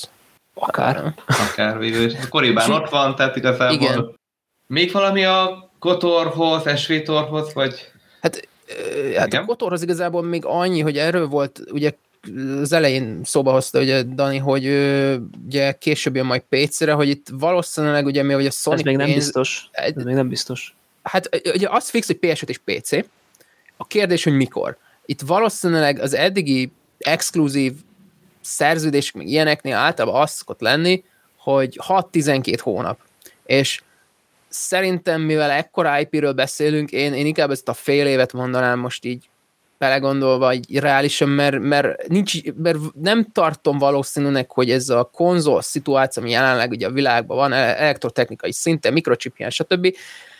Akár végül is. Koribán ott van, tehát igazából igen. Még valami a KOTOR-hoz, SVTOR-hoz, vagy... Hát a KOTOR-hoz igazából még annyi, hogy erről volt, ugye az elején szóba hozta ugye Dani, hogy ugye később jön majd PC-re, hogy itt valószínűleg ugye mi, hogy a Sony... Ez még nem biztos. Ez még nem biztos. Hát ugye az fix, hogy PS5 és PC. A kérdés, hogy mikor. Itt valószínűleg az eddigi exkluzív szerződések, meg ilyeneknél általában az szokott lenni, hogy 6-12 hónap. És szerintem, mivel ekkora IP-ről beszélünk, én inkább ezt a fél évet mondanám most így belegondolva, így reálisan, mert nem tartom valószínűnek, hogy ez a konzol szituáció, ami jelenleg ugye a világban van, elektrotechnikai szinten, mikrochipján, stb.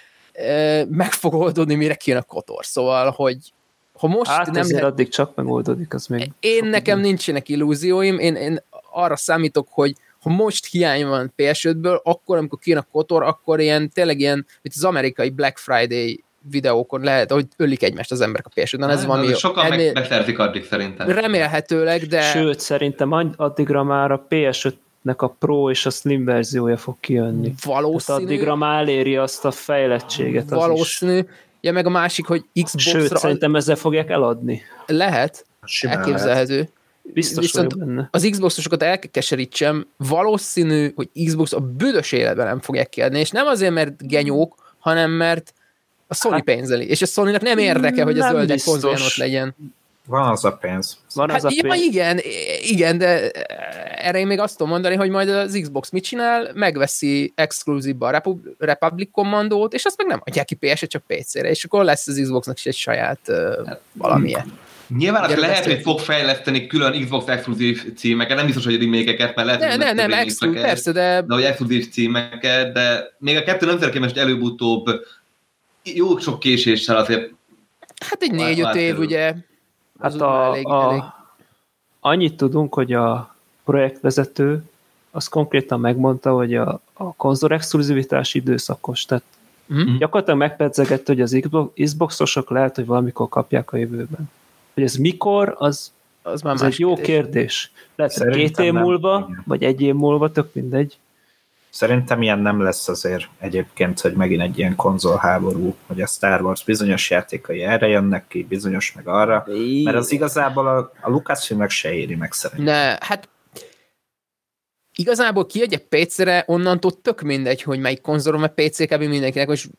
Meg fog oldódni, mire kijön a KOTOR. Szóval, hogy ha most hát nem azért addig csak megoldódik, az még... Nekem nincsenek illúzióim, én arra számítok, hogy ha most hiány van PS5-ből, akkor, amikor kijön a KOTOR, akkor tényleg ilyen, mint az amerikai Black Friday videókon lehet, hogy ölik egymást az emberek a PS5-ben. Ez valami sokan megszerzik addig szerintem. Remélhetőleg, de... Sőt, szerintem addigra már a PS5-nek a Pro és a Slim verziója fog kijönni. Valószínű. Tehát addigra már eléri azt a fejlettséget. Valószínű. Ja, meg a másik, hogy Xbox-ra... Sőt, szerintem ezzel fogják eladni. Lehet. Elképzelhető. Biztos viszont vagyok benne. Az Xbox-osokat el kell keserítsem, valószínű, hogy Xbox a büdös életben nem fogják kiadni, és nem azért, mert genyók, hanem mert a Sony pénzeli, és a Sony-nak nem érdeke, hogy a zöldek konzoljon ott legyen. Van az a pénz. Igen, de erre én még azt tudom mondani, hogy majd az Xbox mit csinál, megveszi exkluzívba a Republic Commandót, és azt meg nem adják ki PS-re, csak PC-re, és akkor lesz az Xboxnak is egy saját valamilyen. Nyilván azt lehet, hogy fog fejleszteni külön Xbox exkluzív címeket, nem biztos, hogy remake-eket, mert lehet, nem, exkluzív, persze, de hogy exkluzív címeket, de még a kettő nem szerkemes előbb-utóbb jó sok késéssel azért. Hát egy 4-5 év, ugye. Hát elég. Annyit tudunk, hogy a projektvezető az konkrétan megmondta, hogy a konzol exkluzivitás időszakos, tehát gyakorlatilag megpedzegette, hogy az Xbox-osok lehet, hogy valamikor kapják a jövőben. Hogy ez mikor, az egy jó kérdés. Lehet, hogy 2 év múlva, vagy 1 év múlva, tök mindegy. Szerintem ilyen nem lesz azért egyébként, hogy megint egy ilyen konzolháború, hogy a Star Wars bizonyos játékai erre jönnek ki, bizonyos meg arra, mert az igazából a Lucasfilmnek se éri meg szerintem. Ne, hát igazából kiadják PC-re, onnantól tök mindegy, hogy melyik konzolon, mert PC kb. Mindenkinek, most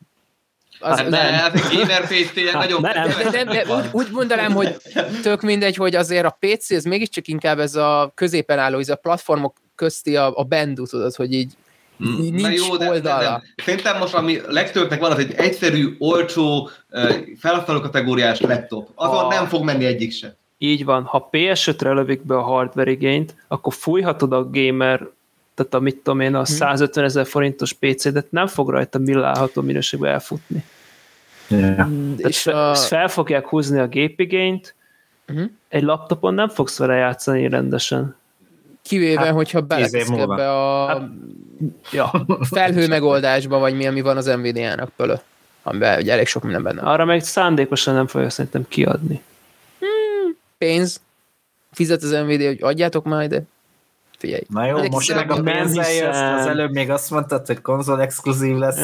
hát gamer PC nagyon... De úgy mondanám, hogy tök mindegy, hogy azért a PC, ez mégiscsak inkább ez a középen álló, ez a platformok közti a bendu, tudod, hogy így nincs jó, oldala. Szerintem most, ami legtöbbnek van, az egy egyszerű, olcsó, felhasználó kategóriás laptop. Azon nem fog menni egyik se. Így van. Ha PS5-re lövik be a hardware igényt, akkor fújhatod a gamer, tehát a mit tudom én, a 150 000 forintos PC-det nem fog rajta millálható minőségben elfutni. Yeah. És fel fogják húzni a gépigényt, egy laptopon nem fogsz vele játszani rendesen. Kivéve, hogyha belevisz ebbe a felhő megoldásba, vagy mi, ami van az Nvidia-nak pölő, amiben ugye elég sok minden benne. Arra meg szándékosan nem fogja szerintem kiadni. Pénz. Fizet az Nvidia, hogy adjátok majd, de figyelj. Na jó, most meg a pénzzel jössz, az előbb még azt mondtad, hogy konzol exkluzív lesz.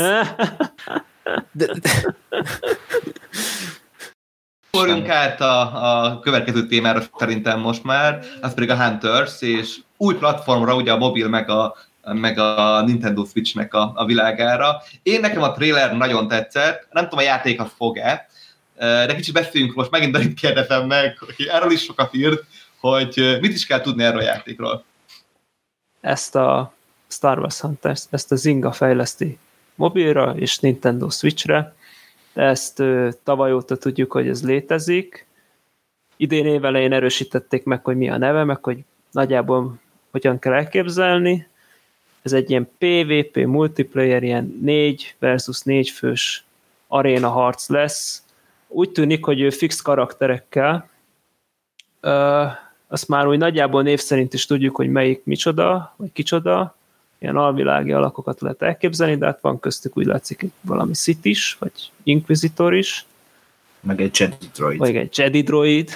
Forjunk át a következő témára szerintem most már, az pedig a Hunters, és új platformra, ugye a mobil meg a Nintendo Switchnek a világára. Nekem a trailer nagyon tetszett, nem tudom, a játék az fog-e, de kicsit beszéljünk most, megint Danit kérdezem meg, hogy erről is sokat írt, hogy mit is kell tudni erről a játékról. Ezt a Star Wars Hunters, ezt a Zynga fejleszti mobilra és Nintendo Switchre. ezt tavaly óta tudjuk, hogy ez létezik. Idén év elején erősítették meg, hogy mi a neve, meg hogy nagyjából hogyan kell elképzelni. Ez egy ilyen PvP multiplayer, ilyen 4 versus 4 fős aréna harc lesz. Úgy tűnik, hogy fix karakterekkel. Azt már úgy nagyjából név szerint is tudjuk, hogy melyik micsoda, vagy kicsoda. Ilyen alvilági alakokat lehet elképzelni, de hát van köztük úgy látszik valami Sith is, vagy Inquisitor is. Meg egy Jedi droid. Vagy egy Jedi droid.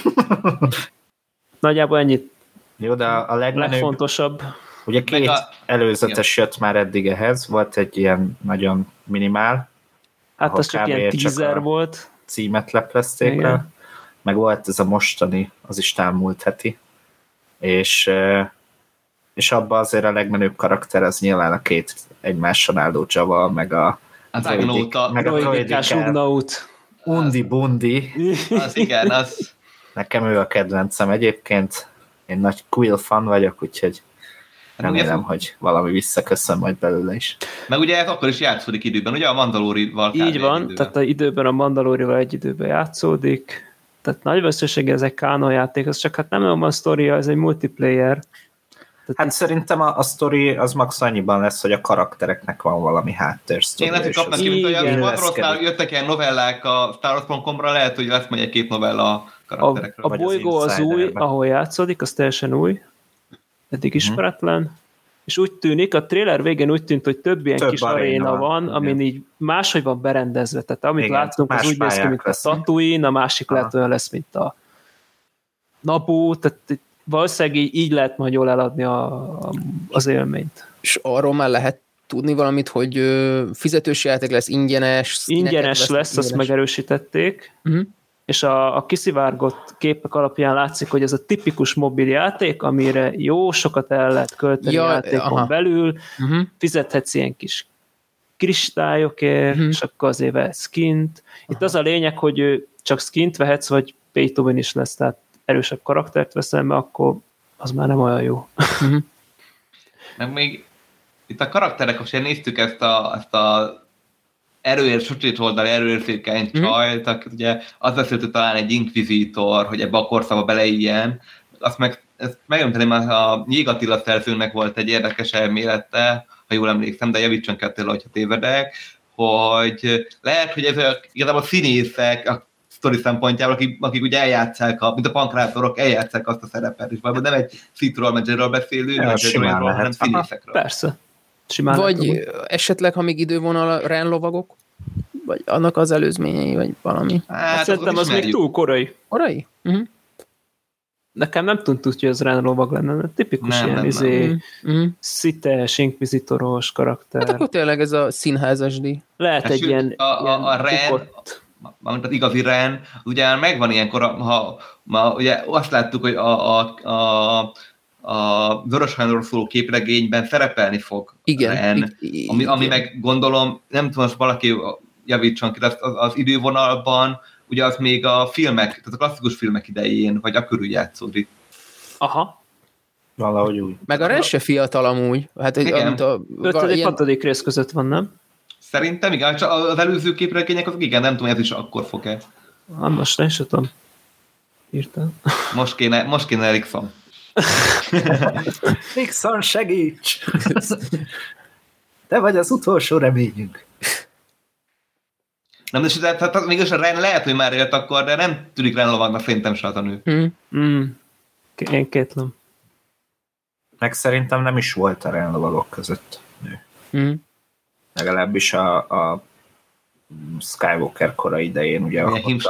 Nagyjából ennyit. Jó, de a legfontosabb. Ugye 2 előzetes jött már eddig ehhez, volt egy ilyen nagyon minimál. Hát az csak ilyen teaser volt. Címet leplezték le. Meg volt ez a mostani, az is talán múlt heti. És abban azért a legmenőbb karakter az nyilván a 2 egymással álló Java, meg a droidikás Ugnaut. Undi-bundi. Az igen, az... Nekem ő a kedvencem egyébként. Én nagy Quill fan vagyok, úgyhogy remélem, hogy valami visszaköszön majd belőle is. Meg ugye ez akkor is játszódik időben, ugye a Mandalorival? Így van, tehát az időben a Mandalorival egy időben játszódik. Tehát nagy veszősége ez egy kánon játék, az csak hát nem van sztoria, ez egy multiplayer. Hát szerintem a sztori az max annyiban lesz, hogy a karaktereknek van valami háttér-sztori. Én lehet, hogy kapnak ki, mint olyan Matrosznál jöttek ilyen novellák a Star Wars.com-ra, lehet, hogy lesz majd egy-két novella a karakterekről. A bolygó az új, ahol játszódik, az teljesen új, eddig ismeretlen, és úgy tűnik, a trailer végén úgy tűnt, hogy több ilyen kis aréna van, amin így máshogy van berendezve, tehát amit látunk, az úgy néz ki, mint a Tatooine, a másik lehet olyan lesz, mint a Naboo, tehát valószínűleg így lehet majd jól eladni az élményt. És arról már lehet tudni valamit, hogy fizetős játék lesz, ingyenes? Ingyenes lesz, azt megerősítették, és a kiszivárgott képek alapján látszik, hogy ez a tipikus mobil játék, amire jó sokat el lehet költeni játékon belül, fizethetsz ilyen kis kristályokért, és akkor azért vehetsz skint. Itt az a lényeg, hogy csak skint vehetsz, vagy pay to win is lesz, tehát erősebb karaktert veszel, mert akkor az már nem olyan jó. Meg még itt a karakterek, most néztük ezt a erőért, sötét oldali erőérzékeny csajt, akit ugye az beszélt, hogy talán egy inkvizitor, hogy ebbe a korszakba beleiljen. Ezt megjelenteném, már a Nyíg Attila szerzőnek volt egy érdekes elmélete, ha jól emlékszem, de javítson kell tőle, hogyha tévedek, hogy lehet, hogy ezek igazából színészek a sztori szempontjából, akik ugye eljátszák, mint a pankrátorok, eljátszák azt a szerepet, és valami nem egy Sith-ról, menedzserről beszélő, hanem színészekről. Persze. Simán vagy esetleg, ha még idővonal a Ren lovagok? Vagy annak az előzményei, vagy valami? Hát, szerintem az még túl korai. Korai? Nekem nem tűnt, hogy ez Ren lovag lenne, tipikus ilyen szites, inkvizitoros karakter. Hát akkor tényleg ez a színházasdi. Lehet egy ilyen a Ren, mint az igazi Ren, ugye megvan ilyenkor, ha ugye azt láttuk, hogy a Vöröshajnalról szóló képregényben szerepelni fog Ren, ami meg gondolom, nem tudom, hogy valaki javítson ki, de az idővonalban ugye az még a filmek, tehát a klasszikus filmek idején, vagy a körül játszódik. Aha. Valahogy úgy. Meg a Ren se fiatal amúgy. Hát, igen. 5.-6. rész között van, nem? Szerintem igen, csak az előző képregények azok igen, nem tudom, ez is akkor fog-e. Most nem is tudom. Írtam. Most kéne Erikson. Nixon, segíts! Te vagy az utolsó reményünk. Nem, de tehát mégis a Ren lehet, hogy már élt akkor, de nem tűnik Ren lovagnak szerintem se a nő. Én kétlem. Meg szerintem nem is volt a Ren lovagok között nő. Legalábbis a Skywalker kora idején, ugye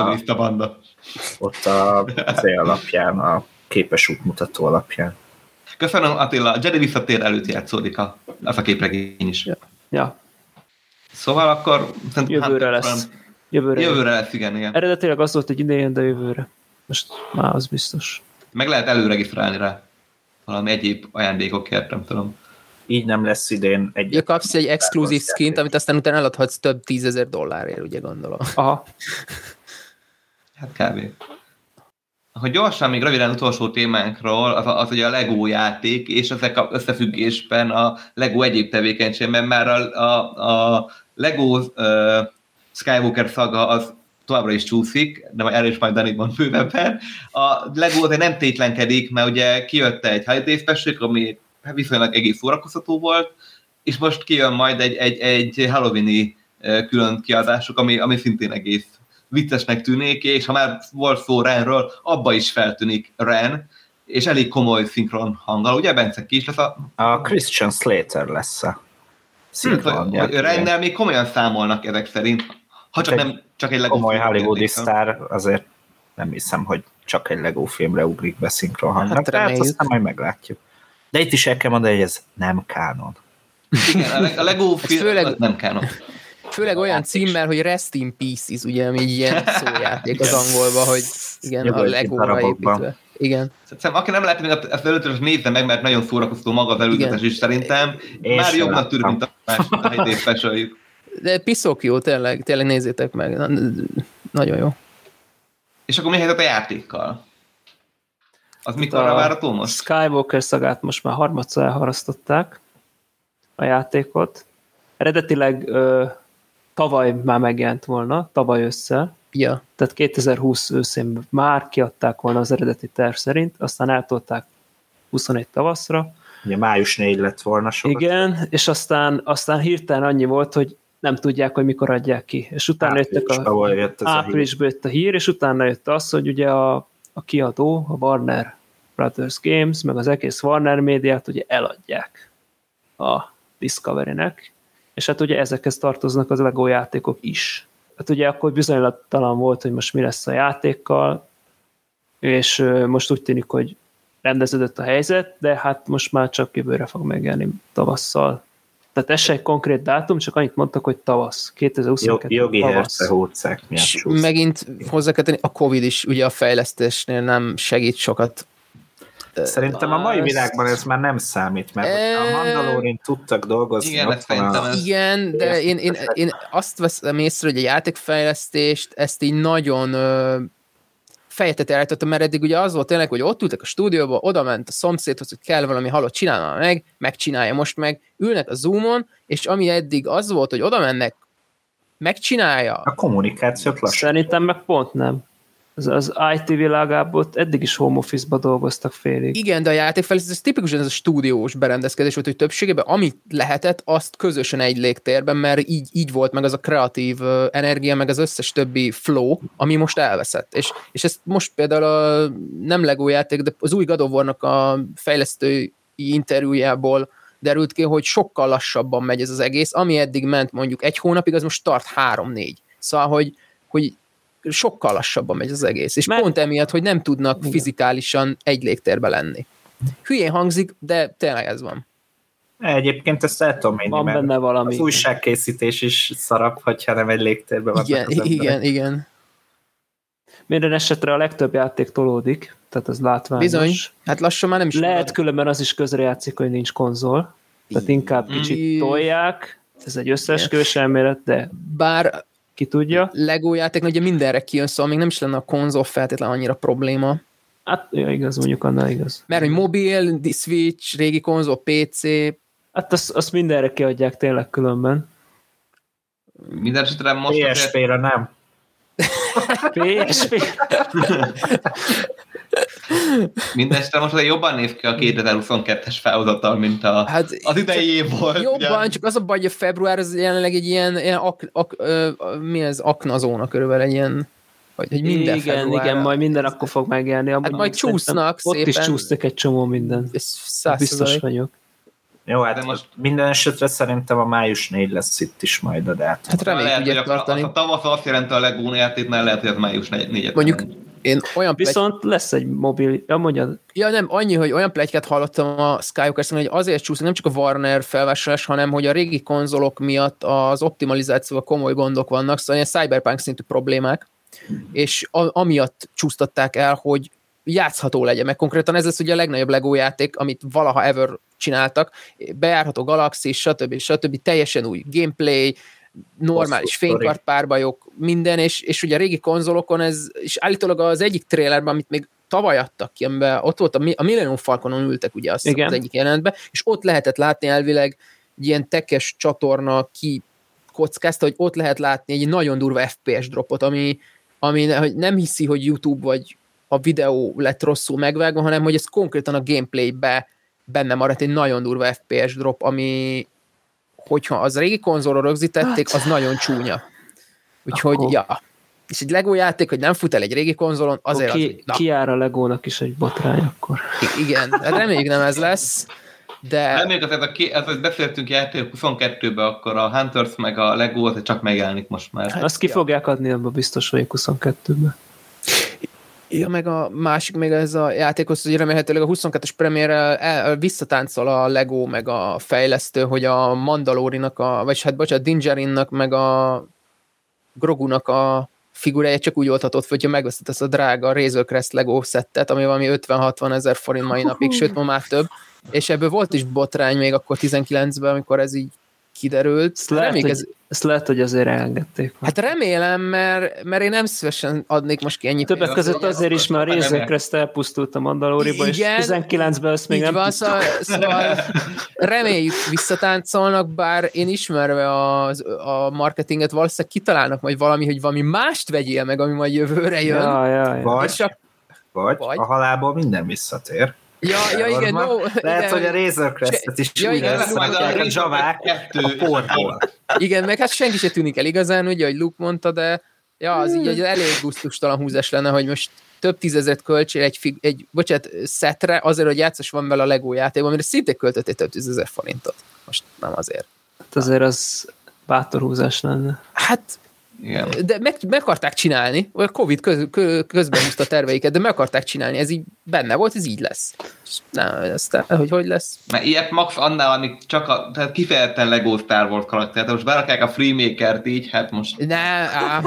ott az alapján, a képes útmutató alapján. Köszönöm, Attila, a Jedi visszatér előtt játszódik az a képregény is. Ja. Szóval akkor... Jövőre lesz. Jövőre lesz, igen. Eredetileg az volt egy idején, de jövőre. Most már az biztos. Meg lehet előregisztrálni rá. Valami egyéb ajándékokért, nem tudom. Így nem lesz idén egy... Kapsz egy exkluzív skint, amit aztán utána eladhatsz több $10,000, ugye gondolom. Aha. Hát kb. Hogy gyorsan még röviden utolsó témánkról, az ugye a Lego játék, és ezek a összefüggésben a Lego egyéb tevékenységben, már a Lego Skywalker szaga az továbbra is csúszik, de erről is majd Dani van bővebben. A Lego azért nem tétlenkedik, mert ugye kijött egy Holiday Special, ami viszonylag egész szórakoztató volt, és most kijön majd egy Halloween-i külön kiadásuk, ami szintén egész viccesnek tűnik, és ha már volt szó Renről, abba is feltűnik Ren, és elég komoly szinkron hanggal. Ugye Bence ki is lesz a Christian Slater lesz a szinkronja. Rennel még komolyan számolnak ezek szerint, ha csak nem csak egy Lego komoly hollywoodi sztár, azért nem hiszem, hogy csak egy Lego filmre ugrik be szinkron hangnak, tehát aztán majd meglátjuk. De itt is el kell mondani, hogy ez nem kánon. Igen, a Lego film nem kánon. Főleg olyan címmel, hogy Rest in Pieces, ugye, ami ilyen szójáték az angolban, hogy igen, a Legóra építve. Igen. Szerintem, aki nem látja, még ezt előtt nézze meg, mert nagyon szórakoztató maga az előzetes is szerintem. Már jobbnak tűnik, mint a másik helyi specialjük. De piszok jó, tényleg nézzétek meg. Nagyon jó. És akkor mi helyzet a játékkal? Az mikorra várható most? Skywalker szagát most már harmadszor elharasztották a játékot. Eredetileg tavaly már megjelent volna, tavaly ősszel. Ja. Tehát 2020 őszén már kiadták volna az eredeti terv szerint, aztán eltolták 21 tavaszra. Ugye május 4 lett volna sokat. Igen, és aztán hirtelen annyi volt, hogy nem tudják, hogy mikor adják ki. És utána áprilisban jött a hír, és utána jött az, hogy ugye a kiadó, a Warner Brothers Games, meg az egész Warner médiát ugye eladják a Discovery-nek, és hát ugye ezekhez tartoznak az Lego játékok is. Hát ugye akkor bizonytalan volt, hogy most mi lesz a játékkal, és most úgy tűnik, hogy rendeződött a helyzet, de hát most már csak jövőre fog megjelenni tavasszal. Tehát ez se egy konkrét dátum, csak annyit mondtak, hogy tavasz. 2022 jogi tavasz. hercehúcák miatt. Megint hozzá kell tenni, a Covid is ugye a fejlesztésnél nem segít sokat. Szerintem a mai világban ez már nem számít, mert a Mandalorian tudtak dolgozni. Igen, de én azt veszem észre, hogy a játékfejlesztést ezt így nagyon fejetet elrejtettem, mert eddig ugye az volt tényleg, hogy ott ültek a stúdióba, oda ment a szomszédhoz, hogy kell valami halott, csinálna megcsinálja, most meg ülnek a Zoomon, és ami eddig az volt, hogy oda mennek, megcsinálja. A kommunikációt lassan. Szerintem meg pont nem. Az IT világából eddig is home office-ba dolgoztak félig. Igen, de a játékfejlesztés, ez tipikusan ez a stúdiós berendezkedés volt, hogy többségében amit lehetett, azt közösen egy légtérben, mert így volt meg az a kreatív energia, meg az összes többi flow, ami most elveszett. És ezt most például nem Lego játék, de az új God of War-nak a fejlesztői interjújából derült ki, hogy sokkal lassabban megy ez az egész, ami eddig ment mondjuk 1 hónapig, az most tart 3-4. Szóval, hogy sokkal lassabban megy az egész. És pont emiatt, hogy nem tudnak fizikálisan egy légtérbe lenni. Hülyén hangzik, de tényleg ez van. Egyébként ezt el tudom van benne valami. Az újságkészítés is szarab, hogyha nem egy légtérbe van. Igen. Minden esetre a legtöbb játék tolódik, tehát az látványos. Bizony, hát lassan már nem is lehet van. Különben az is közrejátszik, hogy nincs konzol. Tehát inkább kicsit tolják, ez egy összeesküvés elmélet, de bár ki tudja. Lego játék ugye mindenre kijön, szóval még nem is lenne a konzol feltétlen annyira probléma. Hát, ja, igaz, mondjuk annál igaz. Mert hogy mobil, Switch, régi konzol, PC. Hát azt mindenre kiadják tényleg különben. Minden esetre most PSP-re nem. PSP? Mindenesetre most azért jobban néz ki a 2022-es felhozatal, mint az idei év volt. Jobban, ugye? Csak az a baj, hogy a február az jelenleg egy ilyen mi ez, aknazóna körülbelül, egy ilyen, hogy minden február. Igen, majd minden akkor fog megjelenni. Hát majd csúsznak szépen. Ott is csúsztak egy csomó minden. Biztos vagyok. Jó, hát most minden esetre szerintem a május 4 lesz itt is majd a dátum. Hát reméljük ugye tartani. A tavasz azt jelenti a Lego játéknál, lehet, hogy az május 4-et. Mondjuk én olyan viszont lesz egy mobil, mondjad. Ja nem, annyi, hogy olyan pletykát hallottam a Skywalker-en, hogy azért csúszik, nem csak a Warner felvásárlás, hanem hogy a régi konzolok miatt az optimalizációval komoly gondok vannak, szóval ilyen Cyberpunk szintű problémák, és amiatt csúsztatták el, hogy játszható legyen, meg konkrétan ez lesz ugye a legnagyobb Lego játék, amit valaha ever csináltak, bejárható galaxis, stb. Teljesen új gameplay, normális fénykartpárbajok, minden, és ugye a régi konzolokon ez, és állítólag az egyik trailerben, amit még tavaly adtak ki, amiben ott volt a Millennium Falconon ültek ugye az egyik jelentben, és ott lehetett látni elvileg egy ilyen tekes csatorna kockázta, hogy ott lehet látni egy nagyon durva FPS dropot, ami hogy nem hiszi, hogy YouTube vagy a videó lett rosszul megvágva, hanem hogy ez konkrétan a gameplaybe benne maradt egy nagyon durva FPS drop, ami hogyha az régi konzolra rögzítették, az nagyon csúnya. Úgyhogy, ja. És egy Lego játék, hogy nem fut el egy régi konzolon, azért ki jár a Legónak is egy botrány akkor. Igen, hát reméljük nem ez lesz, de... Reméljük azért beszéltünk játék 22-ben, akkor a Hunters meg a Lego az csak megjelenik most már. Hát, azt ki fogják adni, abban biztos vagyok 22-ben. Ja, meg a másik, még ez a játékhoz, hogy remélhetőleg a 22-es premiérrel visszatáncol a Lego, meg a fejlesztő, hogy a Mandalorinak, vagyis hát bocsánat, Din Djarinnak, meg a Grogunak a figurája csak úgy oldhatott fel, hogyha megveszed ezt a drága Razor Crest Lego szettet, ami valami 50-60 ezer forint mai napig, sőt, ma már több, és ebből volt is botrány még akkor 19-ben, amikor ez így kiderült. Ezt lehet, hogy azért elengedték. Hát remélem, mert én nem szívesen adnék most ki ennyit. Többek között azért is, mert a Razor Crest elpusztult a Mandaloriba, és 19-ben ezt még nem tudtuk. Szóval reméljük visszatáncolnak, bár én ismerve a marketinget valószínűleg kitalálnak majd valami, hogy valami mást vegyél meg, ami majd jövőre jön. Ja. Vagy a halálból minden visszatér. Ja, igen, no, lehet, igen, hogy a Razor Crestet is újra összerakják a zsavák a porból. Igen, meg hát senki se tűnik el igazán, ugye, hogy Luke mondta, de ja, az így elég gusztustalan húzás lenne, hogy most több tízezret költsél egy szetre, azért, hogy játszos van vele a Lego játékban, amire szintén költöttél több 10 000 forintot. Most nem azért. Hát azért az bátor húzás lenne. Hát igen. De meg akarták csinálni, a Covid közben húzta a terveiket, de meg akarták csinálni, ez így benne volt, ez így lesz. Nem, aztán, hogy lesz? Mert ilyet max annál, amik csak tehát kifejezetten Lego Star Wars karakter, most berakják a Freemakert így, hát most... Ne.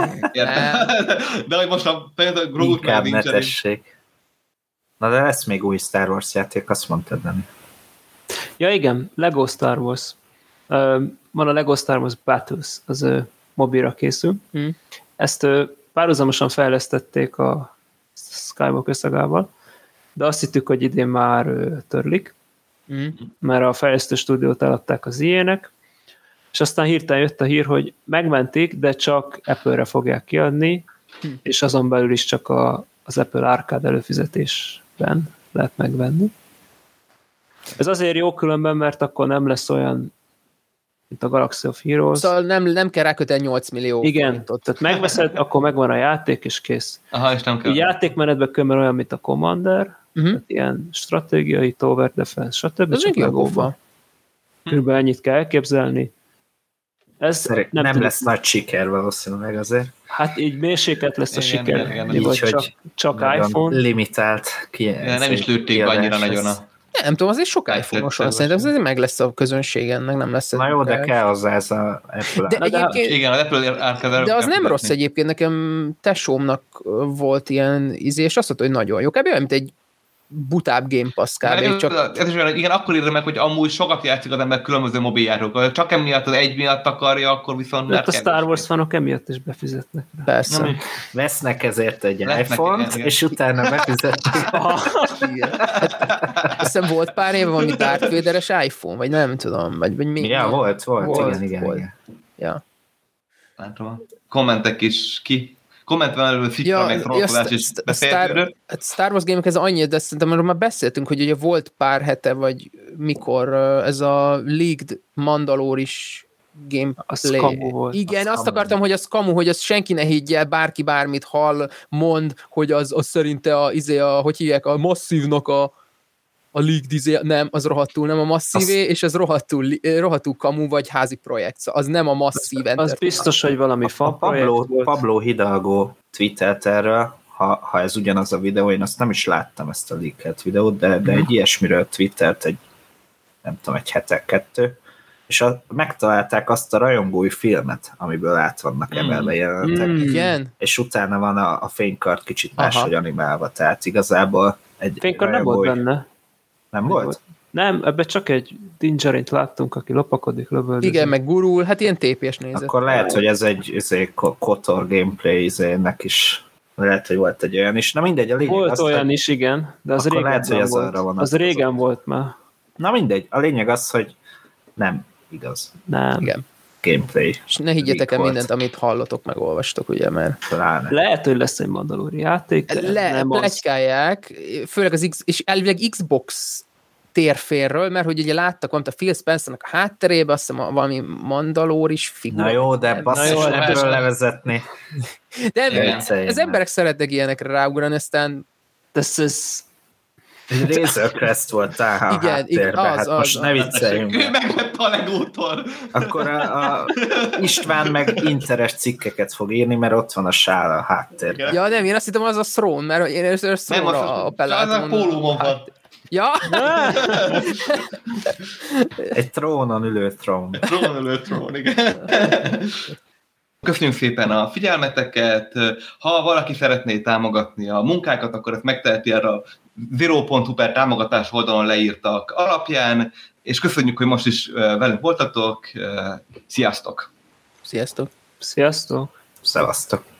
De hogy most például Groot inkább ne tessék. Na de lesz még új Star Wars játék, azt mondtad, nem? Ja igen, Lego Star Wars. Van a Lego Star Wars Battles, az mobilra készül. Ezt párhuzamosan fejlesztették a Skywalker szagával, de azt hittük, hogy idén már törlik, mert a fejlesztő stúdiót eladták az EA-nek, és aztán hirtelen jött a hír, hogy megmentik, de csak Apple-re fogják kiadni, és azon belül is csak az Apple Arcade előfizetésben lehet megvenni. Ez azért jó különben, mert akkor nem lesz olyan, mint a Galaxy of Heroes. Szóval nem kell ráköteni 8 millió igen, forintot. Tehát megveszed, akkor megvan a játék, és kész. Aha, és nem kell. A játékmenetben kömmel olyan, mint a Commander, tehát ilyen stratégiai, tower defense, stb. Ez csak Legóban. Körülbelül ennyit kell elképzelni. Ez nem lesz nagy siker valószínűleg azért. Hát így mérsékelt lesz a siker. Igen. Így, hogy csak iPhone. Limitált nem is lőtték annyira nagyon nem tudom, azért sok iPhone-os van, szerintem azért meg lesz a közönség ennek, nem lesz. Na jó, de kell hozzá ez a Apple. Igen, az Apple Arcade. De az nem rossz egyébként, nekem tesómnak volt ilyen és azt mondta, hogy nagyon jó. Kb. Olyan, mint egy butább Game Pass kb. Ez is olyan, igen, akkor írja meg, hogy amúgy sokat játszik az ember különböző mobiljátékokkal. Csak emiatt az egy miatt akarja, akkor viszont... Mert a Star Wars fanok emiatt is befizetnek. Persze. Vesznek ezért egy iPhone-t, és utána befizetnek. Hiszem volt pár éve valami Darth Vader-es iPhone, vagy nem tudom. Vagy mi? Ja, volt. Igen. Ja. Látom, kommentek is kommentben előtt szikra, meg trókolás is beszéltődött. Star Wars Game-ek ez annyi, de szerintem arról már beszéltünk, hogy ugye volt pár hete, vagy mikor ez a leaked Mandaloris gameplay. Az kamu volt. Igen, azt akartam, hogy az kamu, hogy az senki ne higgye, bárki bármit hall, mond, hogy az szerinte hogy hívják, a masszívnak a leaked nem, az rohadtul nem a masszívé, és az rohadtul kamu vagy házi projekt. Szóval az nem a masszív az biztos, hogy valami Pablo Hidalgo tweetelt erről, ha ez ugyanaz a videó, én azt nem is láttam ezt a leakelt videót, de egy ilyesmiről tweetelt nem tudom, egy hetek-kettő, és megtalálták azt a rajongói filmet, amiből át vannak emelve jelenetek. Igen. És utána van a fénykard kicsit máshogy animálva, tehát igazából egy fénykard nem volt benne. Nem volt? Nem, ebben csak egy Din Djarint láttunk, aki lopakodik, lövöldözik. Igen, meg gurul, hát ilyen tépés nézet. Akkor lehet, hogy ez egy KOTOR gameplay ennek is lehet, hogy volt egy olyan is. Na mindegy, a lényeg volt az, olyan is, igen, de az régen lehet, hogy volt. Az régen volt már. Na mindegy, a lényeg az, hogy nem igaz. Nem. Igen. gameplay. És ne higgyetek el Leak mindent, amit hallotok, meg olvastok, ugye, mert Pláne. Lehet, hogy lesz egy Mandalori játék, de nem az. pletykálják, főleg és elvileg Xbox térférről, mert hogy ugye láttak valamit a Phil Spencernek a hátterébe, azt hiszem valami mandalóris figura. Na jó, de basszus, jó, nem hát- kell levezetni. De vicceljél az már. emberek szeretnek ilyenekre ráugrani, aztán Ez Egy Razor Crest volt a háttérben, az, hát az, most az. ne vicceljünk. Ő megvette a Legótól. Akkor a István meg interes cikkeket fog írni, mert ott van a sál a háttérben. ja nem, én azt hittem az a Throne, mert én először Nem, az Throne-ra a appelláltam. pólómon van. Ja? Egy trónon ülő trón. Trón, igen. Köszönjük szépen a figyelmeteket. Ha valaki szeretné támogatni a munkákat, akkor ezt megteheti erre a 0.hu per támogatás oldalon leírtak alapján, és köszönjük, hogy most is velünk voltatok. Sziasztok! Sziasztok! Sziasztok! Szevasztok.